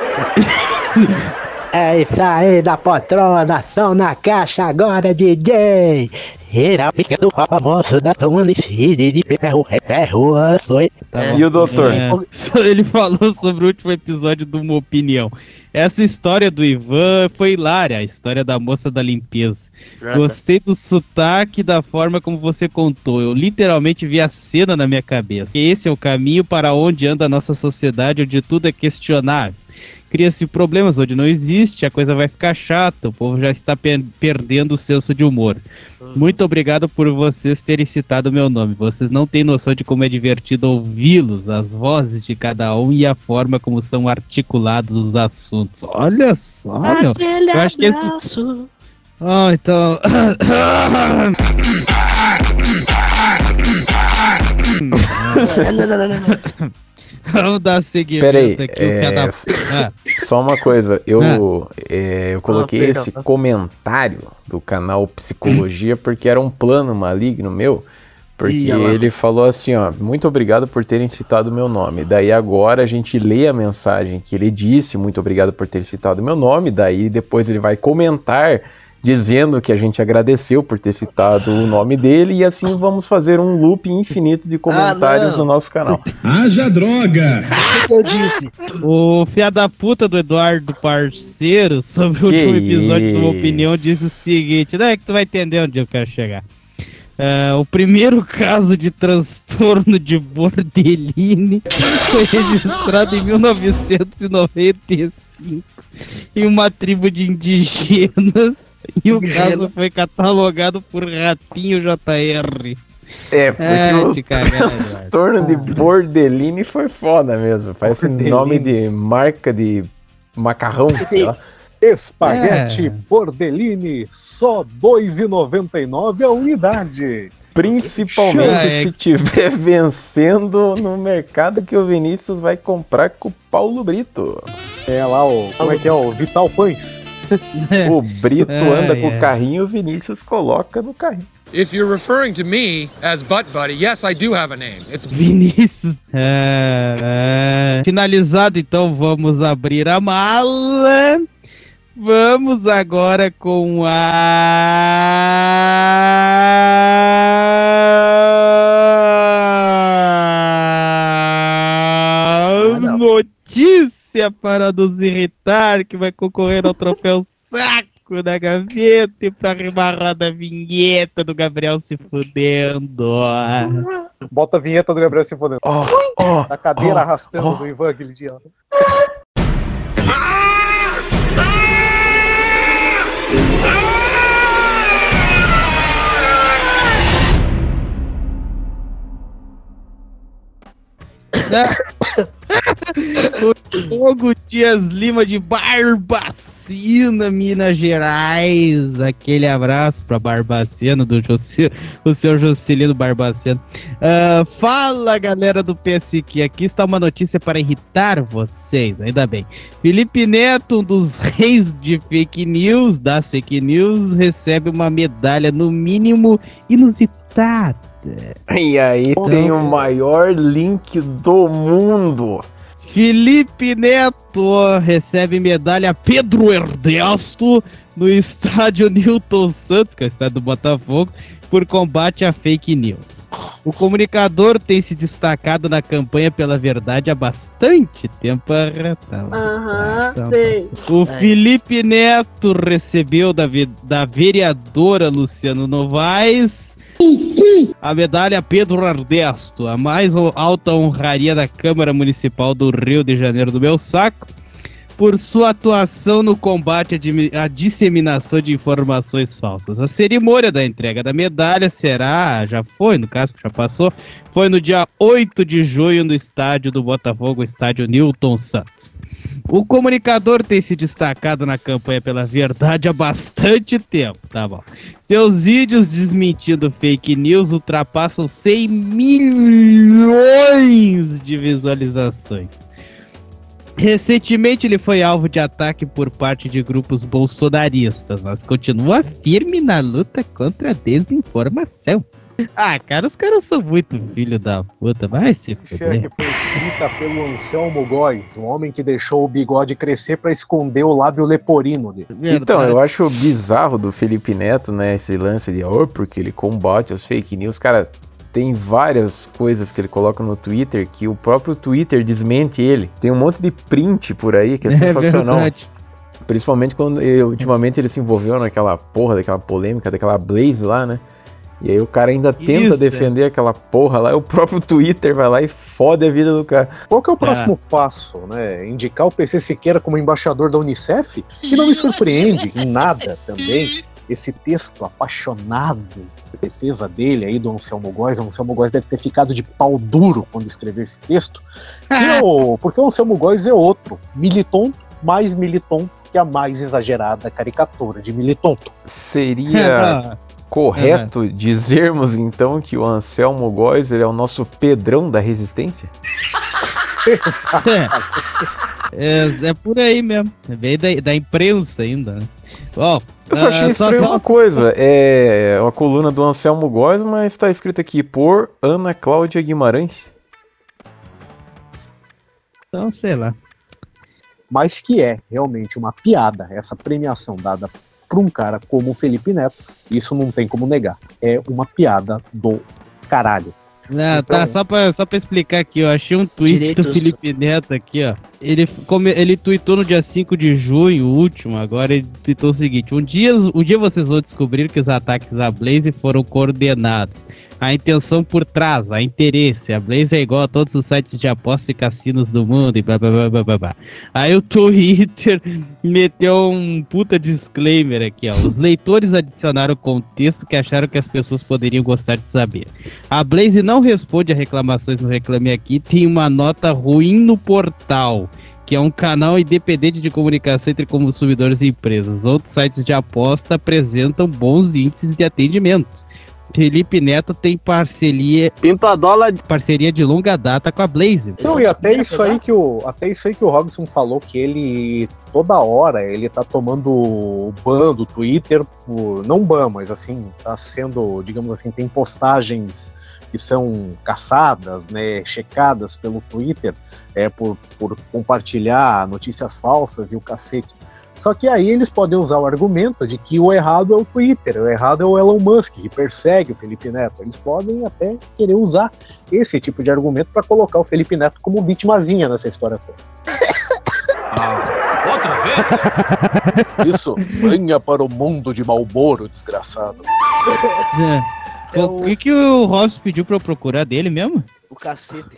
Speaker 16: É isso aí, da poltrona, ação na caixa agora, D J. Era o pique do famoso da tomando filho de ferro, ferro, açoi.
Speaker 7: Tá
Speaker 6: E o doutor?
Speaker 7: É, ele falou sobre o último episódio de Uma Opinião. Essa história do Ivan foi hilária, a história da moça da limpeza. Gostei do sotaque e da forma como você contou. Eu literalmente vi a cena na minha cabeça. Esse é o caminho para onde anda a nossa sociedade, onde tudo é questionável. Cria-se problemas onde não existe, a coisa vai ficar chata, o povo já está per- perdendo o senso de humor. Muito obrigado por vocês terem citado meu nome. Vocês não têm noção de como é divertido ouvi-los, as vozes de cada um e a forma como são articulados os assuntos. Olha só, meu.
Speaker 9: Aquele
Speaker 7: Eu acho que esse...
Speaker 9: abraço.
Speaker 7: Ah, então...
Speaker 9: Não, não, não, não, não.
Speaker 7: Vamos dar seguimento
Speaker 6: Peraí,
Speaker 7: aqui.
Speaker 6: é,
Speaker 7: o cada... ah.
Speaker 6: só uma coisa, eu, é, eu coloquei
Speaker 9: Ah,
Speaker 6: esse
Speaker 9: perdão.
Speaker 6: comentário do canal Psicologia porque era um plano maligno meu, porque
Speaker 9: Ih, olha lá.
Speaker 6: ele falou assim, ó, muito obrigado por terem citado meu nome. Daí agora a gente lê a mensagem que ele disse, muito obrigado por ter citado meu nome, daí depois ele vai comentar dizendo que a gente agradeceu por ter citado o nome dele e assim vamos fazer um loop infinito de comentários
Speaker 9: Ah,
Speaker 6: no nosso canal.
Speaker 12: Haja droga!
Speaker 9: O que que eu disse?
Speaker 7: O fia da puta do Eduardo Parceiro, sobre o
Speaker 6: Que
Speaker 7: último episódio de Uma
Speaker 6: isso.
Speaker 7: Opinião, disse o seguinte, não é que tu vai entender onde eu quero chegar. É, o primeiro caso de transtorno de Bordelini foi registrado em mil novecentos e noventa e cinco em uma tribo de indígenas e o caso foi catalogado por Ratinho J R.
Speaker 6: É, porque
Speaker 7: É,
Speaker 6: o
Speaker 7: te cagar, Eduardo.
Speaker 6: transtorno de Bordelini foi foda mesmo. Parece
Speaker 10: Bordelini.
Speaker 6: nome de marca de macarrão, sei lá.
Speaker 10: Espaguete
Speaker 7: É.
Speaker 10: Bordelini, só dois reais e noventa e nove a unidade.
Speaker 6: Principalmente
Speaker 7: Ah, é.
Speaker 6: se tiver vencendo no mercado que o Vinícius vai comprar com o Paulo Brito.
Speaker 10: É lá o. Como é que é? O Vital Pães.
Speaker 6: O Brito
Speaker 7: É,
Speaker 6: anda com
Speaker 7: é.
Speaker 6: o carrinho, o Vinícius coloca no carrinho.
Speaker 17: If you're referring to me as Butt Buddy, yes, I do have a name. It's
Speaker 7: Vinícius. É, é. Finalizado, então, vamos abrir a mala. Vamos agora com a notícia para nos irritar, que vai concorrer ao troféu saco da gaveta e para rimar a roda vinheta do Gabriel se fudendo.
Speaker 10: Bota a vinheta do Gabriel se fodendo.
Speaker 6: Oh, oh,
Speaker 10: Da cadeira
Speaker 6: oh,
Speaker 10: arrastando
Speaker 6: oh.
Speaker 10: do Ivan aquele dia.
Speaker 7: O Hugo Dias Lima de Barbacena, Minas Gerais. Aquele abraço pra Barbacena, do José, o senhor Jocelino Barbacena. Uh, fala, galera do P S Q. Aqui está uma notícia para irritar vocês, ainda bem. Felipe Neto, um dos reis de fake news, das fake news, recebe uma medalha, no mínimo, inusitada.
Speaker 6: E aí então, tem o maior link do mundo.
Speaker 7: Felipe Neto recebe medalha Pedro Ernesto no estádio Newton Santos, que é o estádio do Botafogo, por combate a fake news. O comunicador tem se destacado na campanha pela verdade há bastante tempo.
Speaker 15: Aham, uhum, sei.
Speaker 7: O Felipe Neto recebeu da, da vereadora Luciano Novaes a medalha Pedro Ernesto, a mais alta honraria da Câmara Municipal do Rio de Janeiro do Meu Saco, por sua atuação no combate à disseminação de informações falsas. A cerimônia da entrega da medalha será, já foi, no caso, já passou, foi no dia oito de junho no estádio do Botafogo, estádio Newton Santos. O comunicador tem se destacado na campanha pela verdade há bastante tempo, tá bom. Seus vídeos desmentindo fake news ultrapassam cem milhões de visualizações. Recentemente ele foi alvo de ataque por parte de grupos bolsonaristas, mas continua firme na luta contra a desinformação. Ah, cara, os caras são muito filho da puta, vai se
Speaker 10: fuder. Que foi escrita pelo Anselmo Góes, um homem que deixou o bigode crescer pra esconder o lábio leporino dele.
Speaker 6: Então, eu acho bizarro do Felipe Neto, né, esse lance de, oh, porque ele combate as fake news, cara. Tem várias coisas que ele coloca no Twitter que o próprio Twitter desmente ele. Tem um monte de print por aí que é, é sensacional. Verdade. Principalmente quando ele, ultimamente ele se envolveu naquela porra, daquela polêmica, daquela Blaze lá, né? E aí o cara ainda tenta Isso, defender é. aquela porra lá, e o próprio Twitter vai lá e fode a vida do cara.
Speaker 10: Qual que é o próximo é. passo, né? Indicar o P C Siqueira como embaixador da Unicef? Que não me surpreende em nada também. Esse texto apaixonado de defesa dele aí do Anselmo Góes, o Anselmo Góes deve ter ficado de pau duro quando escreveu esse texto, o, porque o Anselmo Góes é outro, militonto, mais militonto que a mais exagerada caricatura de militonto.
Speaker 6: Seria correto uhum. dizermos então que o Anselmo Góes ele é o nosso Pedrão da resistência?
Speaker 7: é, é por aí mesmo, é bem da, da imprensa ainda, né? Bom,
Speaker 6: eu só achei uh, estranho só, uma só... coisa, é a coluna do Anselmo Góes, mas tá escrito aqui por Ana Cláudia Guimarães.
Speaker 7: Então, sei lá.
Speaker 10: Mas que é realmente uma piada, essa premiação dada por um cara como o Felipe Neto, isso não tem como negar. É uma piada do caralho.
Speaker 7: Não, então, tá, só pra, só pra explicar aqui, eu achei um tweet direitos. do Felipe Neto aqui, ó. Ele, come, ele tweetou no dia cinco de junho, o último, agora ele tweetou o seguinte: um dia, um dia vocês vão descobrir que os ataques à Blaze foram coordenados. A intenção por trás, a interesse. A Blaze é igual a todos os sites de apostas e cassinos do mundo e blá blá blá blá blá blá. Aí o Twitter meteu um puta disclaimer aqui, ó. Os leitores adicionaram contexto que acharam que as pessoas poderiam gostar de saber. A Blaze não responde a reclamações no Reclame Aqui, tem uma nota ruim no portal, que é um canal independente de comunicação entre consumidores e empresas. Outros sites de aposta apresentam bons índices de atendimento. Felipe Neto tem parceria,
Speaker 4: Pintadola,
Speaker 7: parceria de longa data com a Blaze.
Speaker 10: Não, e até isso aí que o, até isso aí que o Robson falou, que ele toda hora ele tá tomando ban do Twitter, por, não ban, mas assim, tá sendo, digamos assim, tem postagens que são caçadas, né, checadas pelo Twitter, é, por, por compartilhar notícias falsas e o cacete. Só que aí eles podem usar o argumento de que o errado é o Twitter, o errado é o Elon Musk, que persegue o Felipe Neto. Eles podem até querer usar esse tipo de argumento para colocar o Felipe Neto como vitimazinha nessa história toda.
Speaker 14: Ah, outra
Speaker 10: vez? Isso, venha para o mundo de Marlboro, desgraçado.
Speaker 7: É. É o que, que o Ross pediu pra eu procurar dele mesmo?
Speaker 9: O cacete.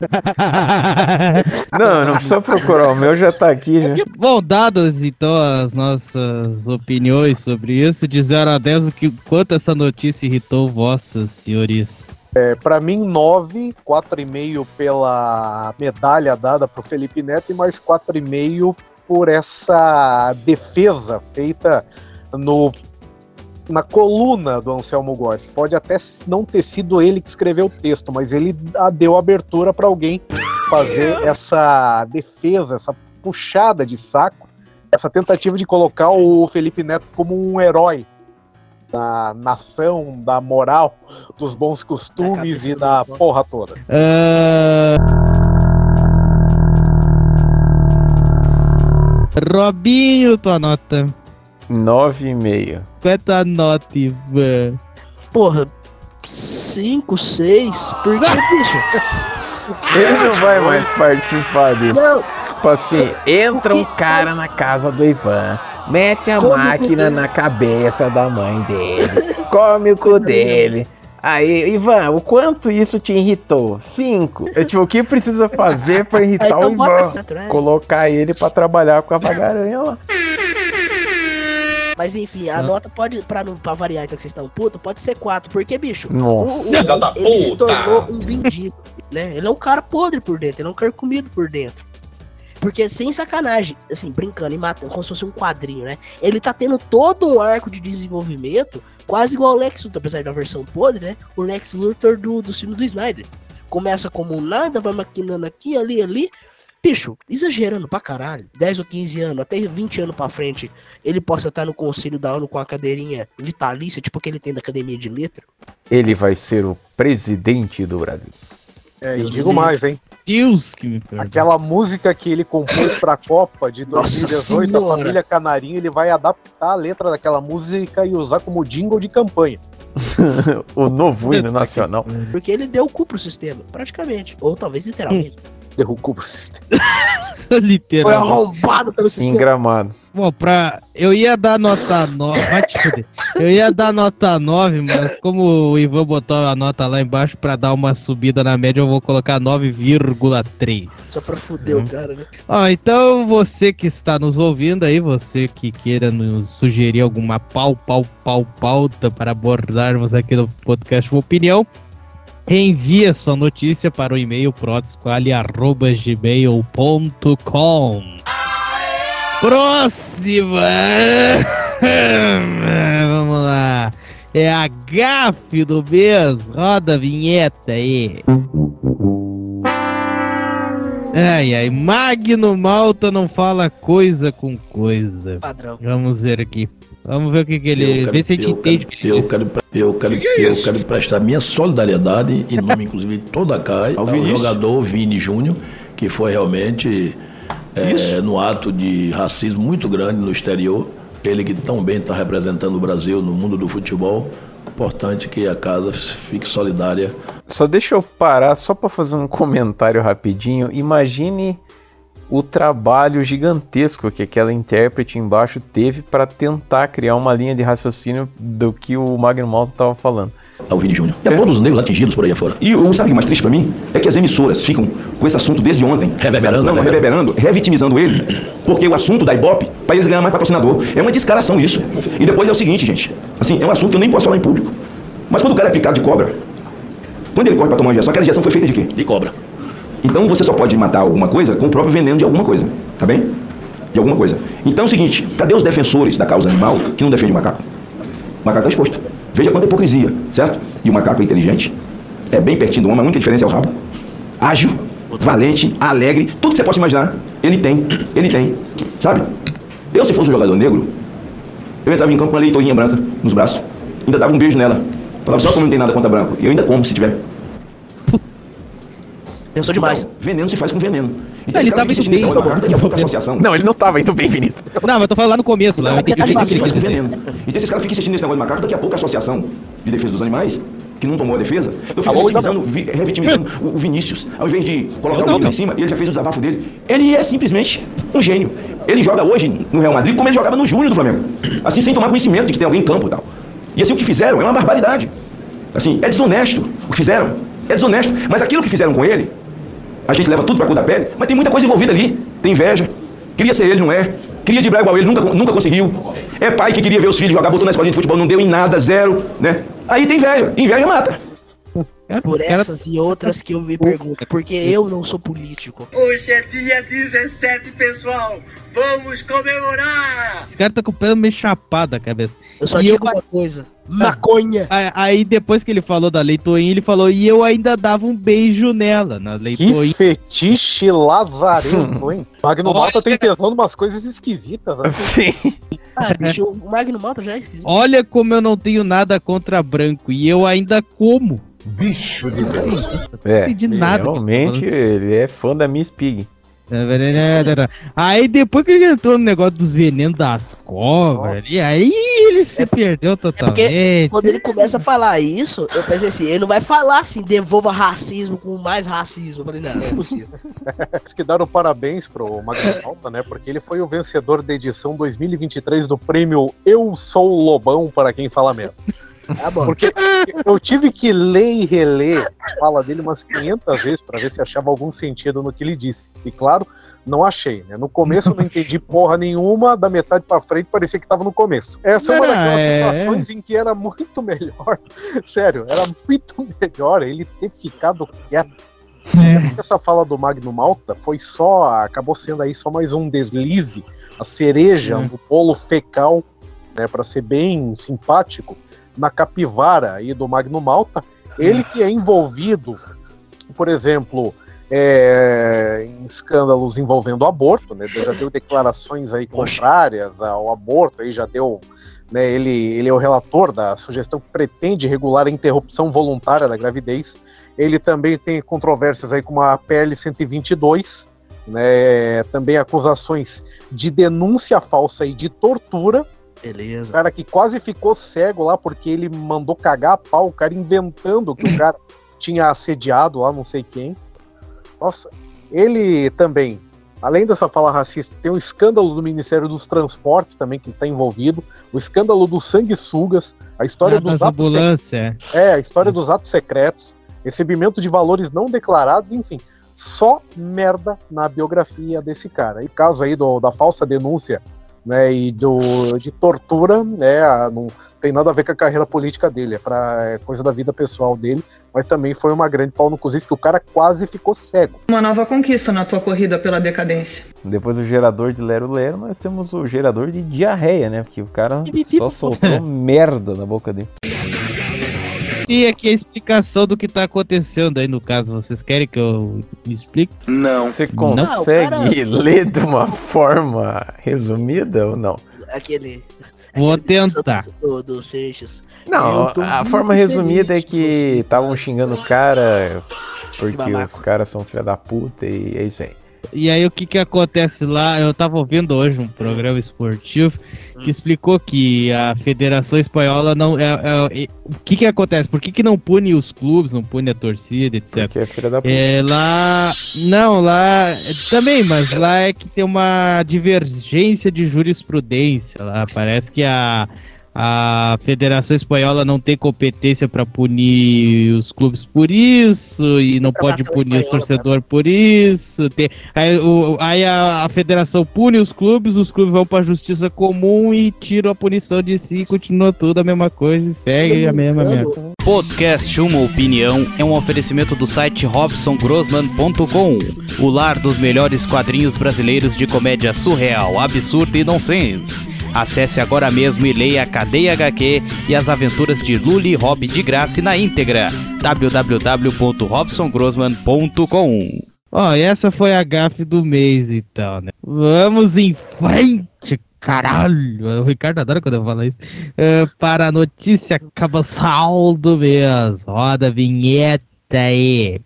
Speaker 6: Não, não precisa procurar, o meu já tá aqui já.
Speaker 7: Bom, dadas então as nossas opiniões sobre isso, de zero a dez, o que, quanto essa notícia irritou vossas senhores?
Speaker 10: É, pra mim, nove, quatro e meio pela medalha dada pro Felipe Neto e mais quatro e meio por essa defesa feita no, na coluna do Anselmo Góes. Pode até não ter sido ele que escreveu o texto, mas ele deu abertura para alguém fazer essa defesa, essa puxada de saco, essa tentativa de colocar o Felipe Neto como um herói da nação, da moral, dos bons costumes e da porra toda.
Speaker 7: Uh... Robinho, tua nota?
Speaker 6: nove e meio.
Speaker 7: Qual é tua nota, Ivan?
Speaker 9: Porra, cinco, seis? Por que, bicho?
Speaker 6: Ele não vai mais participar disso.
Speaker 9: Não.
Speaker 6: Tipo assim, entra um cara na casa do Ivan, mete a
Speaker 9: Como
Speaker 6: máquina na cabeça da mãe dele, come o cu dele. Aí, Ivan, o quanto isso te irritou? Cinco. É tipo, o que precisa fazer pra irritar
Speaker 9: então
Speaker 6: o Ivan?
Speaker 9: Quatro, é.
Speaker 6: Colocar ele pra trabalhar com a vagaranha lá.
Speaker 9: Mas enfim, a nota pode, pra, não, pra variar então que vocês estão putos, pode ser quatro. Porque, bicho,
Speaker 6: Nossa.
Speaker 9: o, o, ele, ele se tornou um vendido, né? Ele é um cara podre por dentro, ele é um cara comido por dentro. Porque, sem sacanagem, assim, brincando e matando, como se fosse um quadrinho, né? Ele tá tendo todo um arco de desenvolvimento, quase igual o Lex Luthor, apesar da versão podre, né? O Lex Luthor do, do filme do Snyder. Começa como nada, vai maquinando aqui, ali, ali. Bicho, exagerando pra caralho. dez ou quinze anos, até vinte anos pra frente, ele possa estar no conselho da ONU com a cadeirinha vitalícia, tipo que ele tem da Academia de Letra.
Speaker 6: Ele vai ser o presidente do Brasil.
Speaker 10: É, e digo mais, hein?
Speaker 7: Deus que me perdoe.
Speaker 10: Aquela música que ele compôs pra Copa de dois mil e dezoito, a Família Canarinho, ele vai adaptar a letra daquela música e usar como jingle de campanha.
Speaker 6: O novo hino nacional.
Speaker 9: Porque ele deu o cu pro sistema, praticamente. Ou talvez literalmente.
Speaker 10: Deu o cu pro sistema.
Speaker 7: Literalmente.
Speaker 9: Foi arrombado pelo sistema.
Speaker 6: Engramado.
Speaker 7: Bom, pra... eu ia dar nota nove. Vai te fuder. Eu ia dar nota nove, mas como o Ivan botou a nota lá embaixo pra dar uma subida na média, eu vou colocar nove vírgula três.
Speaker 9: Só pra fuder hum. o cara, né?
Speaker 7: Ó, então você que está nos ouvindo aí, você que queira nos sugerir alguma pau, pau, pau, pauta para abordarmos aqui no podcast Uma Opinião, envie a sua notícia para o e-mail protsquale arroba gmail ponto com. Próxima! Vamos lá. É a gafe do mês. Roda a vinheta aí. Ai, ai. Magno Malta não fala coisa com coisa.
Speaker 9: Padrão.
Speaker 7: Vamos ver aqui. Vamos ver o que, que ele...
Speaker 18: Quero,
Speaker 7: Vê se a gente entende o que ele
Speaker 18: eu
Speaker 7: disse.
Speaker 18: quero, eu quero, que é eu quero prestar minha solidariedade, em nome inclusive de toda a C A I, ao, ao jogador Vini Júnior, que foi realmente é, no ato de racismo muito grande no exterior. Ele que tão bem está representando o Brasil no mundo do futebol. Importante que a casa fique solidária.
Speaker 6: Só deixa eu parar só para fazer um comentário rapidinho. Imagine o trabalho gigantesco que aquela intérprete embaixo teve para tentar criar uma linha de raciocínio do que o Magno Malta estava falando.
Speaker 18: Ao Vini Júnior. E a todos os negros atingidos por aí afora.
Speaker 19: E o sabe o que é mais triste pra mim? É que as emissoras ficam com esse assunto desde ontem.
Speaker 18: Reverberando.
Speaker 19: Não, não, reverberando, revitimizando ele. Porque o assunto da Ibope, pra eles ganhar mais patrocinador. É uma descaração isso. E depois é o seguinte, gente. Assim, é um assunto que eu nem posso falar em público. Mas quando o cara é picado de cobra, quando ele corre pra tomar uma injeção, aquela injeção foi feita de quê?
Speaker 18: De cobra.
Speaker 19: Então você só pode matar alguma coisa com o próprio veneno de alguma coisa. Tá bem? De alguma coisa. Então é o seguinte, cadê os defensores da causa animal que não defendem o macaco? O macaco tá exposto. Veja quanta hipocrisia, certo? E o macaco é inteligente, é bem pertinho do homem, a única diferença é o rabo. Ágil, valente, alegre, tudo que você possa imaginar, ele tem, ele tem, sabe? Eu, se fosse um jogador negro, eu entrava em campo com uma leitorinha branca nos braços, ainda dava um beijo nela, falava só como não tem nada contra branco, e eu ainda como se tiver.
Speaker 9: Pensou demais.
Speaker 19: Então, veneno se faz com veneno. Então,
Speaker 7: ele tava indo bem.
Speaker 19: Daqui a pouco a associação.
Speaker 6: Não, ele não tava indo bem, Vinícius.
Speaker 7: Não, mas eu tô falando lá no começo. Lá, eu entendi o que ele quis dizer.
Speaker 19: Então esses caras ficam insistindo nesse negócio de macaco, daqui a pouco a associação de defesa dos animais, que não tomou a defesa, eu fico revitimizando, vi, revitimizando o Vinícius, ao invés de colocar o nome em cima, ele já fez o desabafo dele. Ele é simplesmente um gênio. Ele joga hoje no Real Madrid como ele jogava no Júnior do Flamengo. Assim, sem tomar conhecimento de que tem alguém em campo e tal. E assim, o que fizeram é uma barbaridade. Assim, é desonesto o que fizeram. É desonesto. Mas aquilo que fizeram com ele, a gente leva tudo pra cor da pele, mas tem muita coisa envolvida ali. Tem inveja. Queria ser ele, não é. Queria driblar igual ele, nunca, nunca conseguiu. É pai que queria ver os filhos jogar, botou na escolinha de futebol, não deu em nada, zero, né? Aí tem inveja. Inveja mata.
Speaker 7: Cara,
Speaker 9: Por
Speaker 7: os caras-
Speaker 9: essas e outras que eu me pergunto, porque eu não sou político.
Speaker 13: Hoje é dia dezessete, pessoal. Vamos comemorar!
Speaker 7: Esse cara tá com o pé meio chapado a cabeça.
Speaker 9: Eu só
Speaker 7: E
Speaker 9: digo uma coisa, maconha.
Speaker 7: Aí, aí depois que ele falou da Leitoinha, ele falou, e eu ainda dava um beijo nela, na
Speaker 10: Que
Speaker 7: Leitoinha.
Speaker 10: fetiche lazarento, hein? Magno
Speaker 7: Olha-
Speaker 10: Malta tem tesão em umas coisas esquisitas. Assim.
Speaker 9: Ah, bicho, o Magno Malta já é esquisito.
Speaker 7: Olha como eu não tenho nada contra branco, e eu ainda como.
Speaker 3: Bicho de Deus.
Speaker 6: É,
Speaker 7: Não entendi nada que
Speaker 6: realmente ele é fã da Miss Pig.
Speaker 7: Aí depois que ele entrou no negócio dos venenos das cobras, ali, aí ele se perdeu
Speaker 9: Porque
Speaker 7: totalmente.
Speaker 9: quando ele começa a falar isso, eu pensei assim, ele não vai falar assim, devolva racismo com mais racismo. Eu falei, não, não é possível.
Speaker 10: Acho que deram parabéns pro Magno Malta, né? Porque ele foi o vencedor da edição dois mil e vinte e três do prêmio Eu Sou o Lobão, para quem fala mesmo.
Speaker 9: Tá bom.
Speaker 10: Porque eu tive que ler e reler a fala dele umas quinhentas vezes para ver se achava algum sentido no que ele disse. E claro, não achei, né? No começo eu não entendi porra nenhuma, da metade pra frente parecia que tava no começo. Essa é uma
Speaker 7: Não,
Speaker 10: daquelas
Speaker 7: é-
Speaker 10: situações em que era muito melhor, sério, era muito melhor ele ter ficado quieto.
Speaker 7: É.
Speaker 10: Essa fala do Magno Malta foi só, acabou sendo aí só mais um deslize, a cereja
Speaker 7: É.
Speaker 10: do bolo fecal, né, para ser bem simpático, na capivara aí do Magno Malta. Ele que é envolvido, por exemplo, é, em escândalos envolvendo aborto, né? Já deu declarações aí contrárias ao aborto, aí já deu, né? Ele, ele é o relator da sugestão que pretende regular a interrupção voluntária da gravidez. Ele também tem controvérsias aí com a P L cento e vinte e dois, né? Também acusações de denúncia falsa e de tortura.
Speaker 9: Beleza.
Speaker 10: O cara que quase ficou cego lá porque ele mandou cagar a pau, o cara inventando que o cara tinha assediado lá, não sei quem. Nossa, ele também, além dessa fala racista, tem o escândalo do Ministério dos Transportes também, que está envolvido, o escândalo dos sanguessugas, a história
Speaker 7: Ah,
Speaker 10: dos
Speaker 7: das
Speaker 10: atos sec-
Speaker 7: ambulâncias.
Speaker 10: é, a história dos atos secretos, recebimento de valores não declarados, enfim, só merda na biografia desse cara. E caso aí do, da falsa denúncia, né, e do, de tortura, né, a- não tem nada a ver com a carreira política dele, é, pra, é coisa da vida pessoal dele, mas também foi uma grande pau no cozice que o cara quase ficou cego.
Speaker 20: Uma nova conquista na tua corrida pela decadência.
Speaker 6: Depois do gerador de Lero Lero, nós temos o gerador de diarreia, né? Porque o cara só soltou merda na boca dele.
Speaker 7: E aqui a explicação do que tá acontecendo aí no caso. Vocês querem que eu me explique?
Speaker 6: Não. Você
Speaker 7: Não.
Speaker 6: consegue
Speaker 9: Não, cara-
Speaker 6: ler de uma forma resumida ou não?
Speaker 9: Aquele.
Speaker 7: Vou
Speaker 9: aquele
Speaker 7: tentar.
Speaker 9: Do, do Seixas.
Speaker 6: Não,
Speaker 9: Eu tô
Speaker 6: a
Speaker 9: muito
Speaker 6: forma resumida é
Speaker 9: feliz
Speaker 6: que
Speaker 9: você.
Speaker 6: estavam xingando o cara porque
Speaker 9: babaca.
Speaker 6: os caras são filha da puta e é isso aí.
Speaker 7: E aí o que que acontece lá? Eu tava ouvindo hoje um programa esportivo que explicou que a Federação Espanhola não é, é- é- o que que acontece? Por que que não pune os clubes, não pune a torcida, etcétera?
Speaker 6: Porque é filha da puta.
Speaker 7: É, lá. Não, lá. é, Também, mas lá é que tem uma divergência de jurisprudência. Lá parece que a, a Federação Espanhola não tem competência para punir os clubes por isso, e não pode punir os torcedores por isso. Tem, aí o- aí a, a Federação pune os clubes, os clubes vão para a justiça comum e tiram a punição de si, e continua tudo a mesma coisa e segue a mesma merda.
Speaker 21: Podcast Uma Opinião é um oferecimento do site robson grossman ponto com, o lar dos melhores quadrinhos brasileiros de comédia surreal, absurda e nonsense. Acesse agora mesmo e leia a Cadeia agá quê e as aventuras de Luli e Rob de graça e na íntegra. w w w ponto robson grossman ponto com.
Speaker 7: Ó, e essa foi a gafe do mês, então, né? Vamos em frente, caralho. O Ricardo adora quando eu falo isso. É, para a notícia cabeçal do mês. Roda a vinheta aí.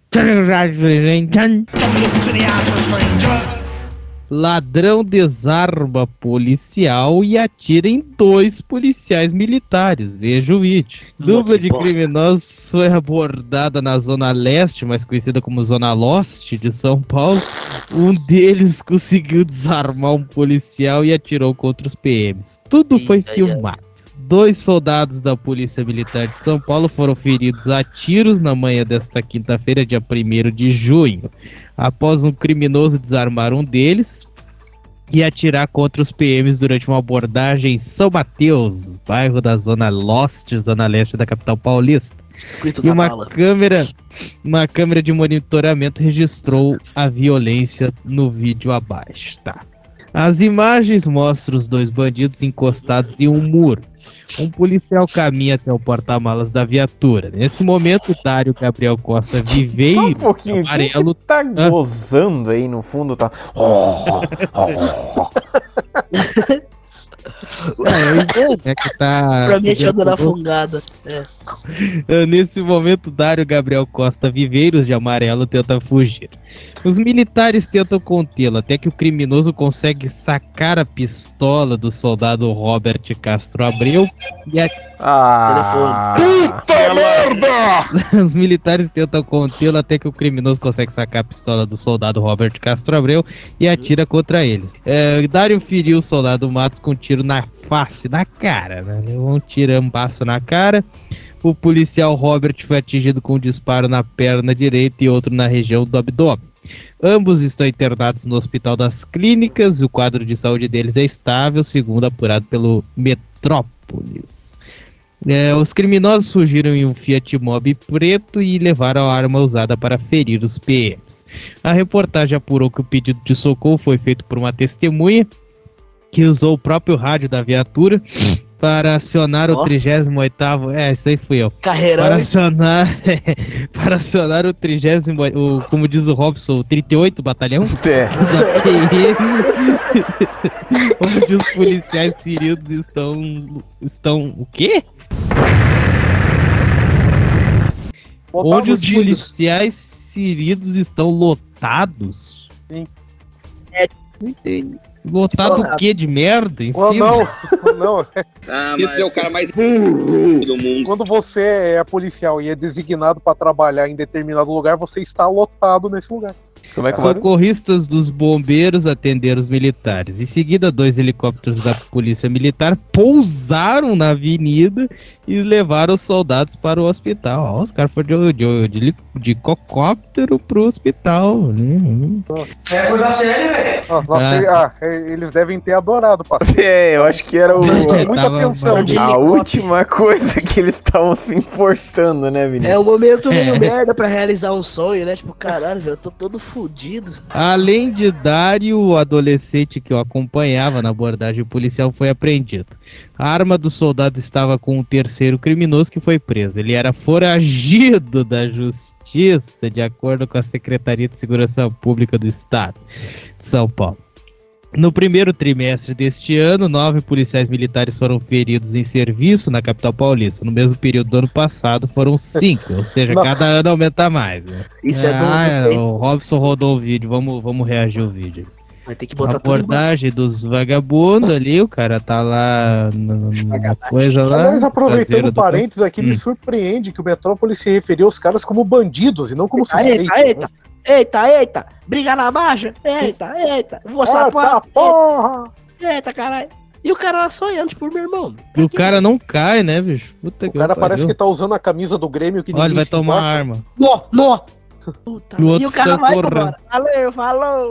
Speaker 7: Ladrão desarma policial e atira em dois policiais militares. Veja o vídeo. Dupla de criminosos foi abordada na Zona Leste, mais conhecida como Zona Lost de São Paulo. Um deles conseguiu desarmar um policial e atirou contra os P Ms. Tudo foi filmado. Dois soldados da Polícia Militar de São Paulo foram feridos a tiros na manhã desta quinta-feira, dia primeiro de junho. Após um criminoso desarmar um deles, e atirar contra os P Ms durante uma abordagem em São Mateus, bairro da Zona Lost, Zona Leste da capital paulista.
Speaker 9: Circuito
Speaker 7: E
Speaker 9: da
Speaker 7: uma
Speaker 9: bala.
Speaker 7: câmera, uma câmera de monitoramento registrou a violência no vídeo abaixo, tá? As imagens mostram os dois bandidos encostados em um muro. Um policial caminha até o porta-malas da viatura. Nesse momento, o Dário Gabriel Costa Viveiro,
Speaker 6: Só um pouquinho,
Speaker 7: amarelo,
Speaker 6: quem que tá gozando aí no fundo, tá...
Speaker 7: É que tá.
Speaker 9: Provavelmente anda na fungada. É.
Speaker 7: Nesse momento, Dário Gabriel Costa Viveiros, de amarelo, tenta fugir. Os militares tentam contê-lo, até que o criminoso consegue sacar a pistola do soldado Robert Castro Abreu e a...
Speaker 6: Ah,
Speaker 7: Puta merda! Os militares tentam contê-lo até que o criminoso consegue sacar a pistola do soldado Robert Castro Abreu e atira contra eles. É, Dário feriu o soldado Matos com um tiro na face, na cara, né? Levou um tirambaço na cara. O policial Robert foi atingido com um disparo na perna direita e outro na região do abdômen. Ambos estão internados no Hospital das Clínicas. O quadro de saúde deles é estável, segundo apurado pelo Metrópolis. É, os criminosos fugiram em um Fiat Mobi preto e levaram a arma usada para ferir os P Ms. A reportagem apurou que o pedido de socorro foi feito por uma testemunha que usou o próprio rádio da viatura para acionar
Speaker 9: Ó.
Speaker 7: o trigésimo oitavo... É, isso aí fui eu.
Speaker 9: Carreirão,
Speaker 7: Para
Speaker 9: hein?
Speaker 7: acionar, para acionar o trigésimo... O, como diz o Robson, o trinta e oito Batalhão?
Speaker 6: É.
Speaker 7: Da P M, onde os policiais sírios estão... Estão... O quê?
Speaker 10: Botar
Speaker 7: Onde os
Speaker 10: fudidos.
Speaker 7: policiais sírios estão lotados?
Speaker 10: Sim.
Speaker 7: Não entendi. Lotado o quê? De merda em
Speaker 10: Oh,
Speaker 7: cima?
Speaker 10: não, não.
Speaker 4: Ah, Isso é o cara mais burro do mundo.
Speaker 10: Quando você é policial e é designado para trabalhar em determinado lugar, você está lotado nesse lugar.
Speaker 6: Como é que
Speaker 7: Socorristas dos bombeiros atenderam os militares. Em seguida, dois helicópteros da polícia militar pousaram na avenida e levaram os soldados para o hospital. Ó, os caras foram de, de, de, de cocóptero pro hospital. Uhum.
Speaker 10: É coisa séria, velho. Ah, nossa,
Speaker 7: Ah.
Speaker 10: ele- ah, é, eles devem ter adorado, parceiro.
Speaker 6: É, eu acho que era o...
Speaker 10: Muita
Speaker 7: Tava-
Speaker 10: atenção.
Speaker 6: a última coisa que eles estavam se importando, né, Vinícius?
Speaker 9: É um momento meio
Speaker 7: É.
Speaker 9: merda pra realizar um sonho, né? Tipo, caralho, velho, eu tô todo fudido.
Speaker 7: Além de Dário, o adolescente que o acompanhava na abordagem policial foi apreendido. A arma do soldado estava com o terceiro criminoso que foi preso. Ele era foragido da justiça, de acordo com a Secretaria de Segurança Pública do Estado de São Paulo. No primeiro trimestre deste ano, nove policiais militares foram feridos em serviço na capital paulista. No mesmo período do ano passado, foram cinco. Ou seja,
Speaker 10: Não.
Speaker 7: cada ano aumenta mais. Né?
Speaker 9: Isso é
Speaker 7: ah,
Speaker 9: bom, hein?
Speaker 7: o Robson rodou o vídeo. Vamos, vamos reagir ao vídeo.
Speaker 9: Vai ter que
Speaker 7: A
Speaker 9: botar tudo em
Speaker 7: abordagem dos vagabundos ali, o cara tá lá no- na coisa lá.
Speaker 10: Aliás, aproveitando
Speaker 7: traseiro
Speaker 10: o
Speaker 7: do-
Speaker 10: parênteses aqui, me
Speaker 7: Hum.
Speaker 10: surpreende que o Metrópole se referiu aos caras como bandidos e não como
Speaker 9: Eita,
Speaker 10: suspeitos.
Speaker 9: eita, eita, eita, eita, briga na marcha, eita, eita, vou
Speaker 10: Ah,
Speaker 9: sapar,
Speaker 10: tá, porra!
Speaker 9: eita, caralho. E o cara lá sonhando, tipo, meu irmão.
Speaker 7: E o cara não cai, né, bicho? Puta
Speaker 10: O cara parece que tá usando a camisa do Grêmio que
Speaker 7: Olha, ele
Speaker 10: ninguém
Speaker 7: vai
Speaker 10: se
Speaker 7: tomar
Speaker 10: importa.
Speaker 7: arma.
Speaker 9: Nó, nó. Puta,
Speaker 7: E o outro
Speaker 9: e o cara
Speaker 7: saiu
Speaker 9: vai
Speaker 7: correndo.
Speaker 9: embora. Valeu, falou.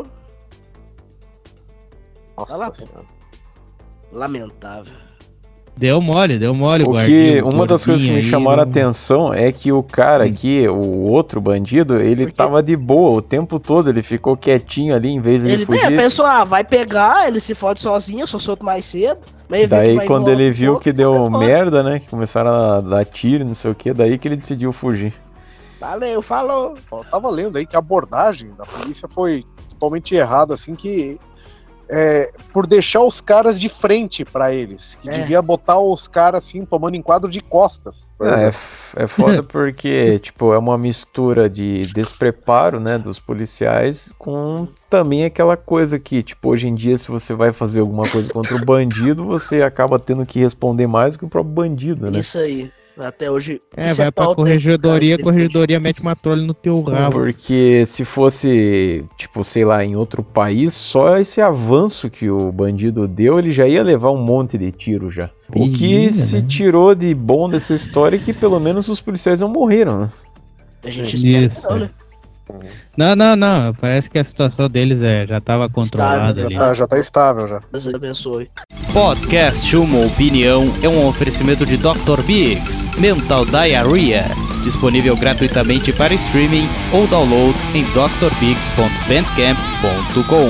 Speaker 10: Nossa
Speaker 9: Vai lá,
Speaker 10: Senhora.
Speaker 9: Lamentável.
Speaker 7: Deu mole, deu mole,
Speaker 6: O
Speaker 7: guardinha,
Speaker 6: que, uma das coisas que me
Speaker 7: gordinho
Speaker 6: chamaram a
Speaker 7: aí,
Speaker 6: atenção é que o cara aqui, o outro bandido, ele tava de boa o tempo todo, ele ficou quietinho ali em vez de ele
Speaker 9: Ele
Speaker 6: fugir.
Speaker 9: é, pensou, ah, vai pegar, ele se fode sozinho, eu só solto mais cedo. Mas ele viu que
Speaker 6: Daí
Speaker 9: vai
Speaker 6: quando
Speaker 9: embora
Speaker 6: ele
Speaker 9: um
Speaker 6: viu
Speaker 9: pouco,
Speaker 6: que
Speaker 9: você
Speaker 6: deu
Speaker 9: fora.
Speaker 6: merda, né, que começaram a dar tiro, não sei o que, daí que ele decidiu fugir.
Speaker 9: Valeu, falou.
Speaker 10: Eu tava lendo aí que a abordagem da polícia foi totalmente errada, assim, que é, por deixar os caras de frente pra eles, que
Speaker 9: É.
Speaker 10: devia botar os caras assim, tomando enquadro de costas. por
Speaker 6: É, é,
Speaker 10: exemplo.
Speaker 6: f- é foda porque, tipo, é uma mistura de despreparo, né, dos policiais com também aquela coisa que, tipo, hoje em dia se você vai fazer alguma coisa contra o bandido, você acaba tendo que responder mais do que o próprio bandido, né?
Speaker 9: Isso aí. Até hoje.
Speaker 7: É,
Speaker 9: isso
Speaker 7: vai pra
Speaker 9: pauta,
Speaker 7: corregedoria, a
Speaker 9: cara,
Speaker 7: corregedoria mete uma trolha no teu rabo.
Speaker 6: Porque se fosse, tipo, sei lá, em outro país, só esse avanço que o bandido deu, ele já ia levar um monte de tiro já. O que
Speaker 7: Ia,
Speaker 6: se
Speaker 7: né?
Speaker 6: tirou de bom dessa história é que pelo menos os policiais não morreram, né?
Speaker 9: A gente espera
Speaker 7: Isso.
Speaker 9: que não, né?
Speaker 7: Não, não, não. Parece que a situação deles é, já estava controlada ali.
Speaker 10: Ah, já tá estável já.
Speaker 9: Deus abençoe.
Speaker 21: Podcast Uma Opinião é um oferecimento de doutor Biggs, Mental Diarrhea, disponível gratuitamente para streaming ou download em d r biggs ponto bandcamp ponto com.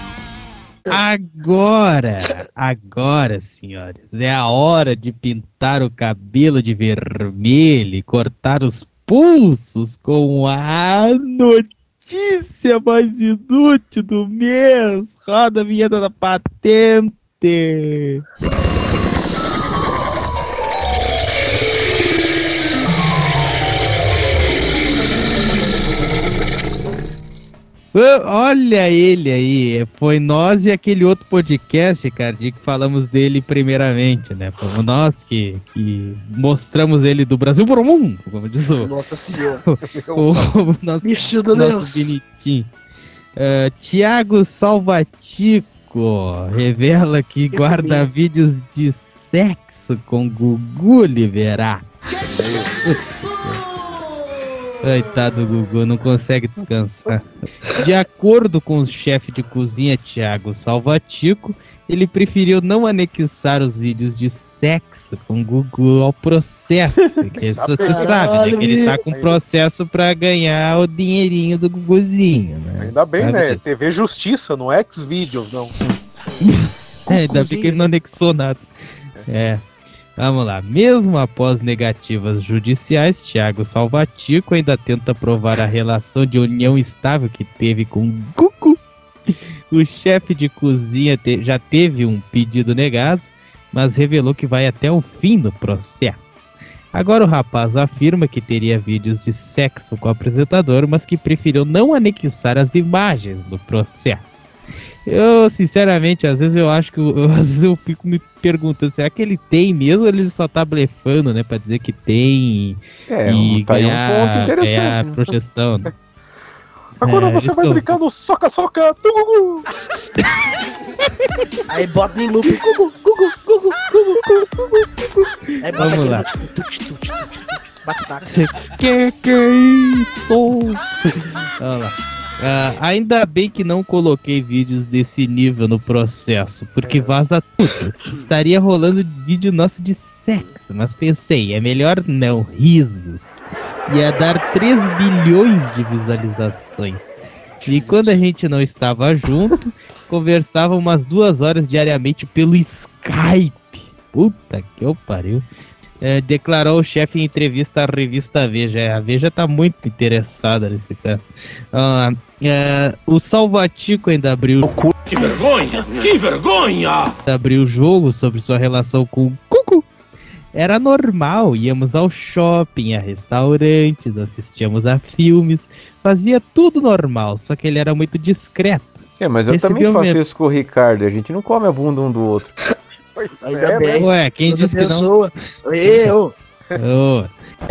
Speaker 7: Agora, agora, senhores, é a hora de pintar o cabelo de vermelho e cortar os pulsos com a notícia mais inútil do mês. Roda a vinheta da patente. Olha ele aí, foi nós e aquele outro podcast, cara, de que falamos dele primeiramente, né? Fomos nós que, que mostramos ele do Brasil para o mundo, como diz o...
Speaker 9: Nossa senhora.
Speaker 7: o, o nosso,
Speaker 9: Bicho do
Speaker 7: nosso bonitinho. Uh, Tiago Salvatico revela que guarda vídeos de sexo com Gugu Liberato. Coitado do Gugu, não consegue descansar. De acordo com o chefe de cozinha Tiago Salvatico, ele preferiu não anexar os vídeos de sexo com Gugu ao processo. Porque isso você sabe, né? Que ele tá com processo pra ganhar o dinheirinho do Guguzinho, né?
Speaker 10: Ainda bem,
Speaker 7: sabe
Speaker 10: né?
Speaker 7: disso?
Speaker 10: T V Justiça, não é Xvideos, não.
Speaker 7: É, ainda bem que ele não anexou nada. É. Vamos lá, mesmo após negativas judiciais, Tiago Salvatico ainda tenta provar a relação de união estável que teve com Gugu. O chefe de cozinha te- já teve um pedido negado, mas revelou que vai até o fim do processo. Agora o rapaz afirma que teria vídeos de sexo com o apresentador, mas que preferiu não anexar as imagens do processo. Eu, sinceramente, às vezes eu acho que eu, às vezes eu fico me perguntando, será que ele tem mesmo ou ele só tá blefando, né, pra dizer que tem
Speaker 6: É,
Speaker 7: e
Speaker 6: tá aí um
Speaker 7: ganhar,
Speaker 6: ponto interessante,
Speaker 7: ganhar
Speaker 6: né?
Speaker 7: projeção, né?
Speaker 10: Agora
Speaker 7: É,
Speaker 10: você
Speaker 7: isso
Speaker 10: vai
Speaker 7: eu-
Speaker 10: brincar no soca-soca do Gugu.
Speaker 9: Aí bota em loop. Gugu, Gugu, Gugu, Gugu, Gugu, Gugu. Aí bota
Speaker 7: Vamos
Speaker 9: aquele
Speaker 7: lá.
Speaker 9: loop, tut, tut, tut, tut. Bate-staca.
Speaker 7: Que que é isso? Olha lá. Ah, ainda bem que não coloquei vídeos desse nível no processo, porque vaza tudo. Estaria rolando vídeo nosso de sexo, mas pensei, é melhor não, risos. Ia dar três bilhões de visualizações. E quando a gente não estava junto, conversava umas duas horas diariamente pelo Skype. Puta que eu pariu. É, declarou o chefe em entrevista à revista Veja. A Veja tá muito interessada nesse cara. Ah, é, o Salvatico ainda abriu.
Speaker 14: Que vergonha! Que vergonha!
Speaker 7: Abriu o jogo sobre sua relação com o Gugu. Era normal, íamos ao shopping, a restaurantes, assistíamos a filmes, fazia tudo normal, só que ele era muito discreto.
Speaker 6: É, mas eu
Speaker 7: Recebeu
Speaker 6: também faço
Speaker 7: mesmo.
Speaker 6: isso com o Ricardo, a gente não come a bunda um do outro.
Speaker 9: Ainda bem.
Speaker 7: Ué, quem
Speaker 9: Outra
Speaker 7: disse que não?
Speaker 9: pessoa. Eu.
Speaker 7: Ô,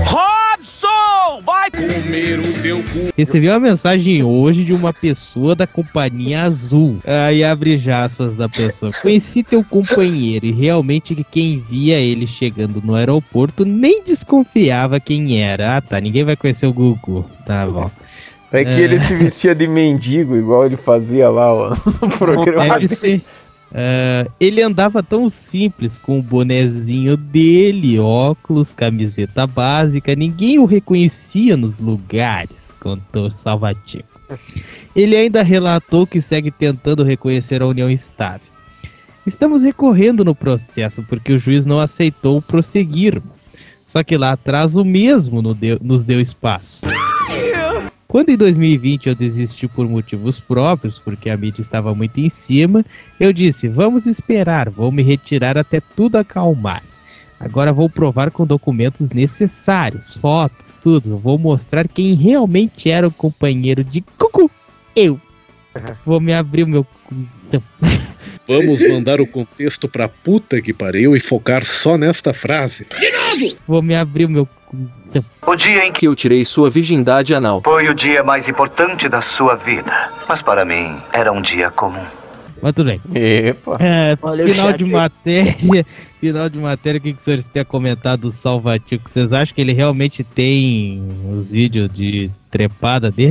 Speaker 14: Robson! Vai comer o teu cu!
Speaker 7: recebi uma mensagem hoje de uma pessoa da Companhia Azul. Aí abre aspas da pessoa. Conheci teu companheiro e realmente quem via ele chegando no aeroporto nem desconfiava quem era. Ah tá, ninguém vai conhecer o Gugu. Tá bom.
Speaker 6: É que
Speaker 7: É.
Speaker 6: ele se vestia de mendigo, igual ele fazia lá ó, no programa.
Speaker 7: Deve ser. Ah, ele andava tão simples com o bonezinho dele, óculos, camiseta básica, ninguém o reconhecia nos lugares, contou Salvatico. Ele ainda relatou que segue tentando reconhecer a união estável. Estamos recorrendo no processo porque o juiz não aceitou prosseguirmos, só que lá atrás o mesmo no deu- nos deu espaço. Quando em dois mil e vinte eu desisti por motivos próprios, porque a mídia estava muito em cima, eu disse, vamos esperar, vou me retirar até tudo acalmar. Agora vou provar com documentos necessários, fotos, tudo. Vou mostrar quem realmente era o companheiro de Gugu. Eu. Vou me abrir o meu cuzão.
Speaker 1: Vamos mandar o contexto pra puta que pariu e focar só nesta frase.
Speaker 14: De novo!
Speaker 7: Vou me abrir o meu cuzão.
Speaker 22: O dia em que eu tirei sua virgindade anal foi o dia mais importante da sua vida. Mas para mim, era um dia comum.
Speaker 7: Mas tudo bem.
Speaker 6: Epa.
Speaker 7: É,
Speaker 22: Olha o
Speaker 7: final
Speaker 22: chat
Speaker 7: de
Speaker 22: aí.
Speaker 7: matéria. Final de matéria, o que, que os senhores têm a comentar do Salvatico? Vocês acham que ele realmente tem os vídeos de trepada dele?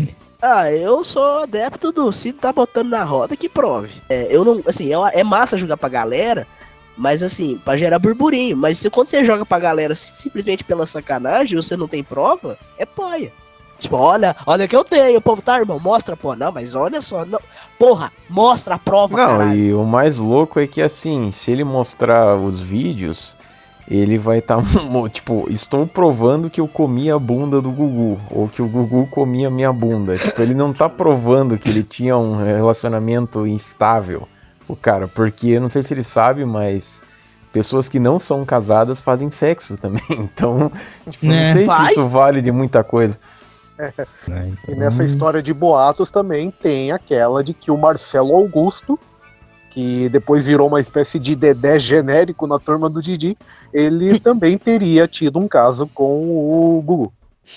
Speaker 9: Ah, eu sou adepto do se tá botando na roda que prove. É, eu não, assim, é, é massa jogar pra galera, mas assim, pra gerar burburinho. Mas se, quando você joga pra galera simplesmente pela sacanagem, você não tem prova, é paia. Tipo, olha, olha que eu tenho, o povo tá, irmão, mostra, pô, não, mas olha só, não, porra, mostra a prova,
Speaker 6: Não,
Speaker 9: caralho.
Speaker 6: e o mais louco é que assim, se ele mostrar os vídeos, ele vai estar, tá, tipo, estou provando que eu comi a bunda do Gugu, ou que o Gugu comia a minha bunda. Tipo, ele não tá provando que ele tinha um relacionamento instável, o cara, porque eu não sei se ele sabe, mas pessoas que não são casadas fazem sexo também, então, tipo,
Speaker 10: Né?
Speaker 6: não sei
Speaker 10: Faz?
Speaker 6: se isso vale de muita coisa.
Speaker 10: É. E nessa história de boatos também tem aquela de que o Marcelo Augusto, que depois virou uma espécie de Dedé genérico na turma do Didi, ele também teria tido um caso com o Gugu.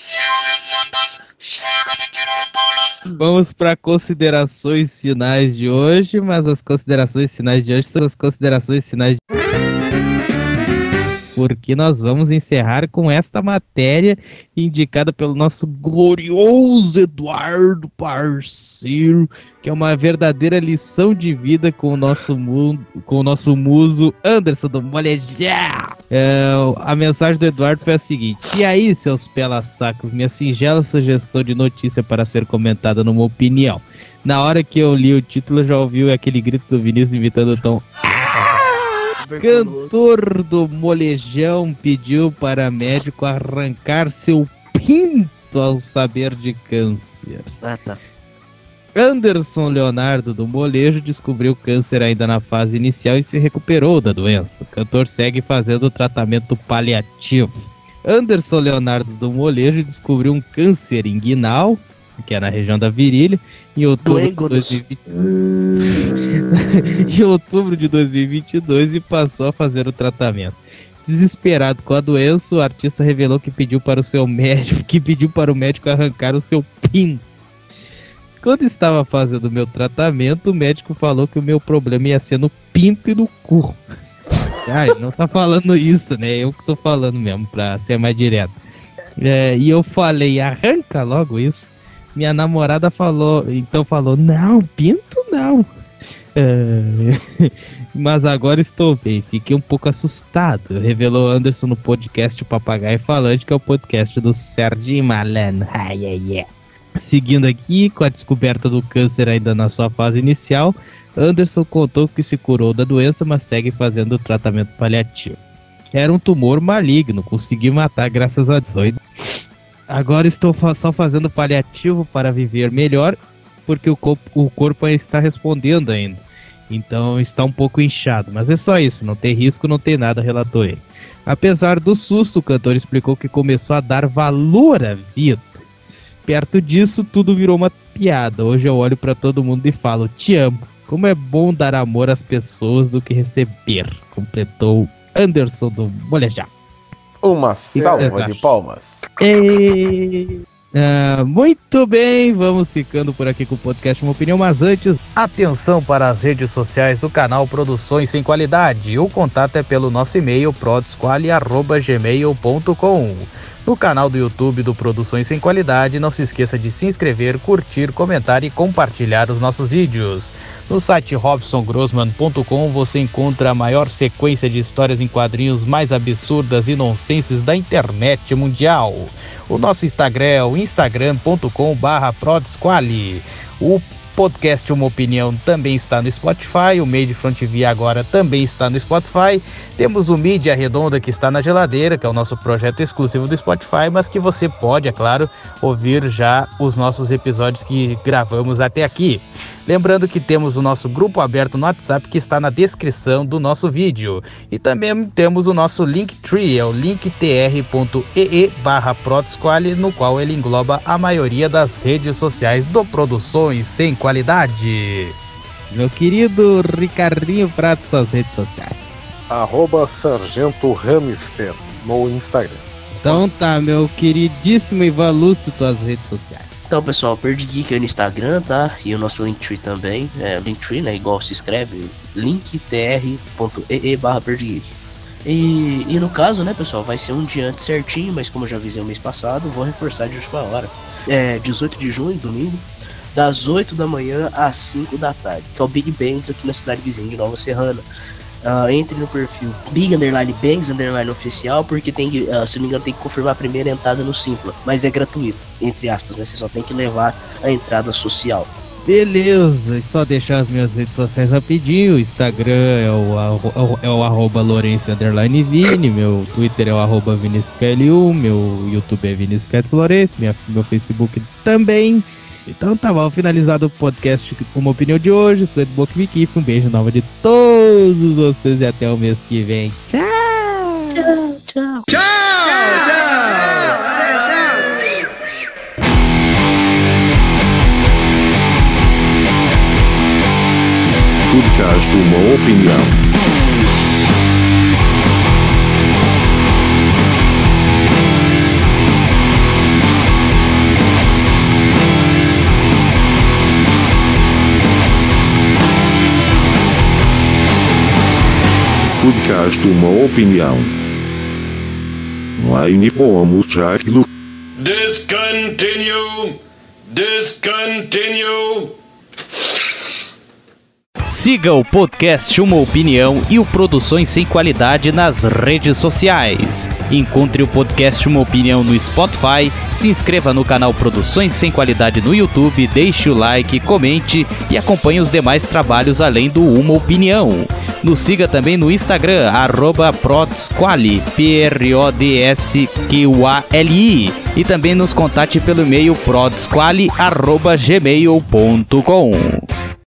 Speaker 7: Vamos para considerações finais de hoje, mas as considerações finais de hoje são as considerações finais de... porque nós vamos encerrar com esta matéria indicada pelo nosso glorioso Eduardo Parceiro, que é uma verdadeira lição de vida com o nosso, mu com o nosso muso Anderson do Molejá. É, a mensagem do Eduardo foi a seguinte: e aí, seus pela-sacos, minha singela sugestão de notícia para ser comentada numa opinião. Na hora que eu li o título, eu já ouvi aquele grito do Vinícius imitando o tom. Cantor do Molejão pediu para médico arrancar seu pinto ao saber de câncer.
Speaker 9: Ah, tá.
Speaker 7: Anderson Leonardo do Molejo descobriu câncer ainda na fase inicial e se recuperou da doença. O cantor segue fazendo tratamento paliativo. Anderson Leonardo do Molejo descobriu um câncer inguinal, que é na região da virilha, em outubro de dois mil e vinte... em outubro de dois mil e vinte e dois e passou a fazer o tratamento. Desesperado com a doença, o artista revelou que pediu para o seu médico, que pediu para o médico arrancar o seu pinto. Quando estava fazendo o meu tratamento, o médico falou que o meu problema ia ser no pinto e no cu. Ah, ele não tá falando isso, né? Eu que tô falando mesmo, pra ser mais direto. É, e eu falei, arranca logo isso. Minha namorada falou, então falou, não, pinto não. É, mas agora estou bem, fiquei um pouco assustado, revelou Anderson no podcast Papagaio Falante, que é o podcast do Serginho Malandro. Ai, ai, ai. Seguindo aqui, com a descoberta do câncer ainda na sua fase inicial, Anderson contou que se curou da doença, mas segue fazendo o tratamento paliativo. Era um tumor maligno, consegui matar graças a Deus. Agora estou só fazendo paliativo para viver melhor, porque o corpo, o corpo está respondendo ainda. Então está um pouco inchado, mas é só isso, não tem risco, não tem nada, relatou ele. Apesar do susto, o cantor explicou que começou a dar valor à vida. Perto disso, tudo virou uma piada. Hoje eu olho para todo mundo e falo, te amo. Como é bom dar amor às pessoas do que receber, completou Anderson do Molejá.
Speaker 6: Uma salva de palmas.
Speaker 7: E... Uh, muito bem, vamos ficando por aqui com o podcast Uma Opinião, mas antes, atenção para as redes sociais do canal Produções Sem Qualidade. O contato é pelo nosso e-mail prodsquali arroba gmail ponto com. No canal do YouTube do Produções Sem Qualidade, não se esqueça de se inscrever, curtir, comentar e compartilhar os nossos vídeos. No site robson grossman ponto com você encontra a maior sequência de histórias em quadrinhos mais absurdas e nonsenses da internet mundial. O nosso Instagram é o instagram ponto com barra prodsquali. O podcast Uma Opinião também está no Spotify, o Made Front V agora também está no Spotify. Temos o Mídia Redonda que está na geladeira, que é o nosso projeto exclusivo do Spotify, mas que você pode, é claro, ouvir já os nossos episódios que gravamos até aqui. Lembrando que temos o nosso grupo aberto no WhatsApp que está na descrição do nosso vídeo. E também temos o nosso Linktree, é o linktr ponto ee barra prodsquali, no qual ele engloba a maioria das redes sociais do Produções Sem Qualidade. Meu querido Ricardinho Prato, suas redes sociais.
Speaker 10: Arroba Sargento Hamster no Instagram.
Speaker 7: Então tá, meu queridíssimo Ivan Lúcio, tuas redes sociais.
Speaker 9: Então, pessoal, Perdi Geek é no Instagram, tá? E o nosso Linktree também. É, Linktree, né? Igual se escreve. linktr ponto ee barra Perdi Geek. E, e no caso, né, pessoal, vai ser um dia antes certinho, mas como eu já avisei o mês passado, vou reforçar de última hora. É dezoito de junho, domingo, das oito da manhã às cinco da tarde, que é o Big Bangs aqui na cidade vizinha de Nova Serrana. Uh, entre no perfil Big Underline Bangs Underline Oficial, porque tem que, uh, se não me engano, tem que confirmar a primeira entrada no Simpla, mas é gratuito, entre aspas, né? Você só tem que levar a entrada social.
Speaker 7: Beleza, e só deixar as minhas redes sociais rapidinho. O Instagram é o, é o arroba Lourenço Underline Vini, meu Twitter é o arroba Vinicius K L U, meu YouTube é Vinicius Cats Lourenço, minha, meu Facebook também. Então tá bom, finalizado o podcast com uma opinião de hoje. Sou Edbook Vikif, um beijo nova de todos vocês e até o mês que vem. Tchau!
Speaker 9: Tchau, tchau!
Speaker 13: Tchau! Tchau!
Speaker 11: Podcast Uma Opinião. Podcast Uma Opinião. Line pomos Jacklo.
Speaker 3: Discontinue! Discontinue!
Speaker 21: Siga o podcast Uma Opinião e o Produções Sem Qualidade nas redes sociais. Encontre o podcast Uma Opinião no Spotify, se inscreva no canal Produções Sem Qualidade no YouTube, deixe o like, comente e acompanhe os demais trabalhos além do Uma Opinião. Nos siga também no Instagram, arroba Prodsquali, P R O D S Q A L I, e também nos contate pelo e-mail prodsquali arroba gmail ponto com.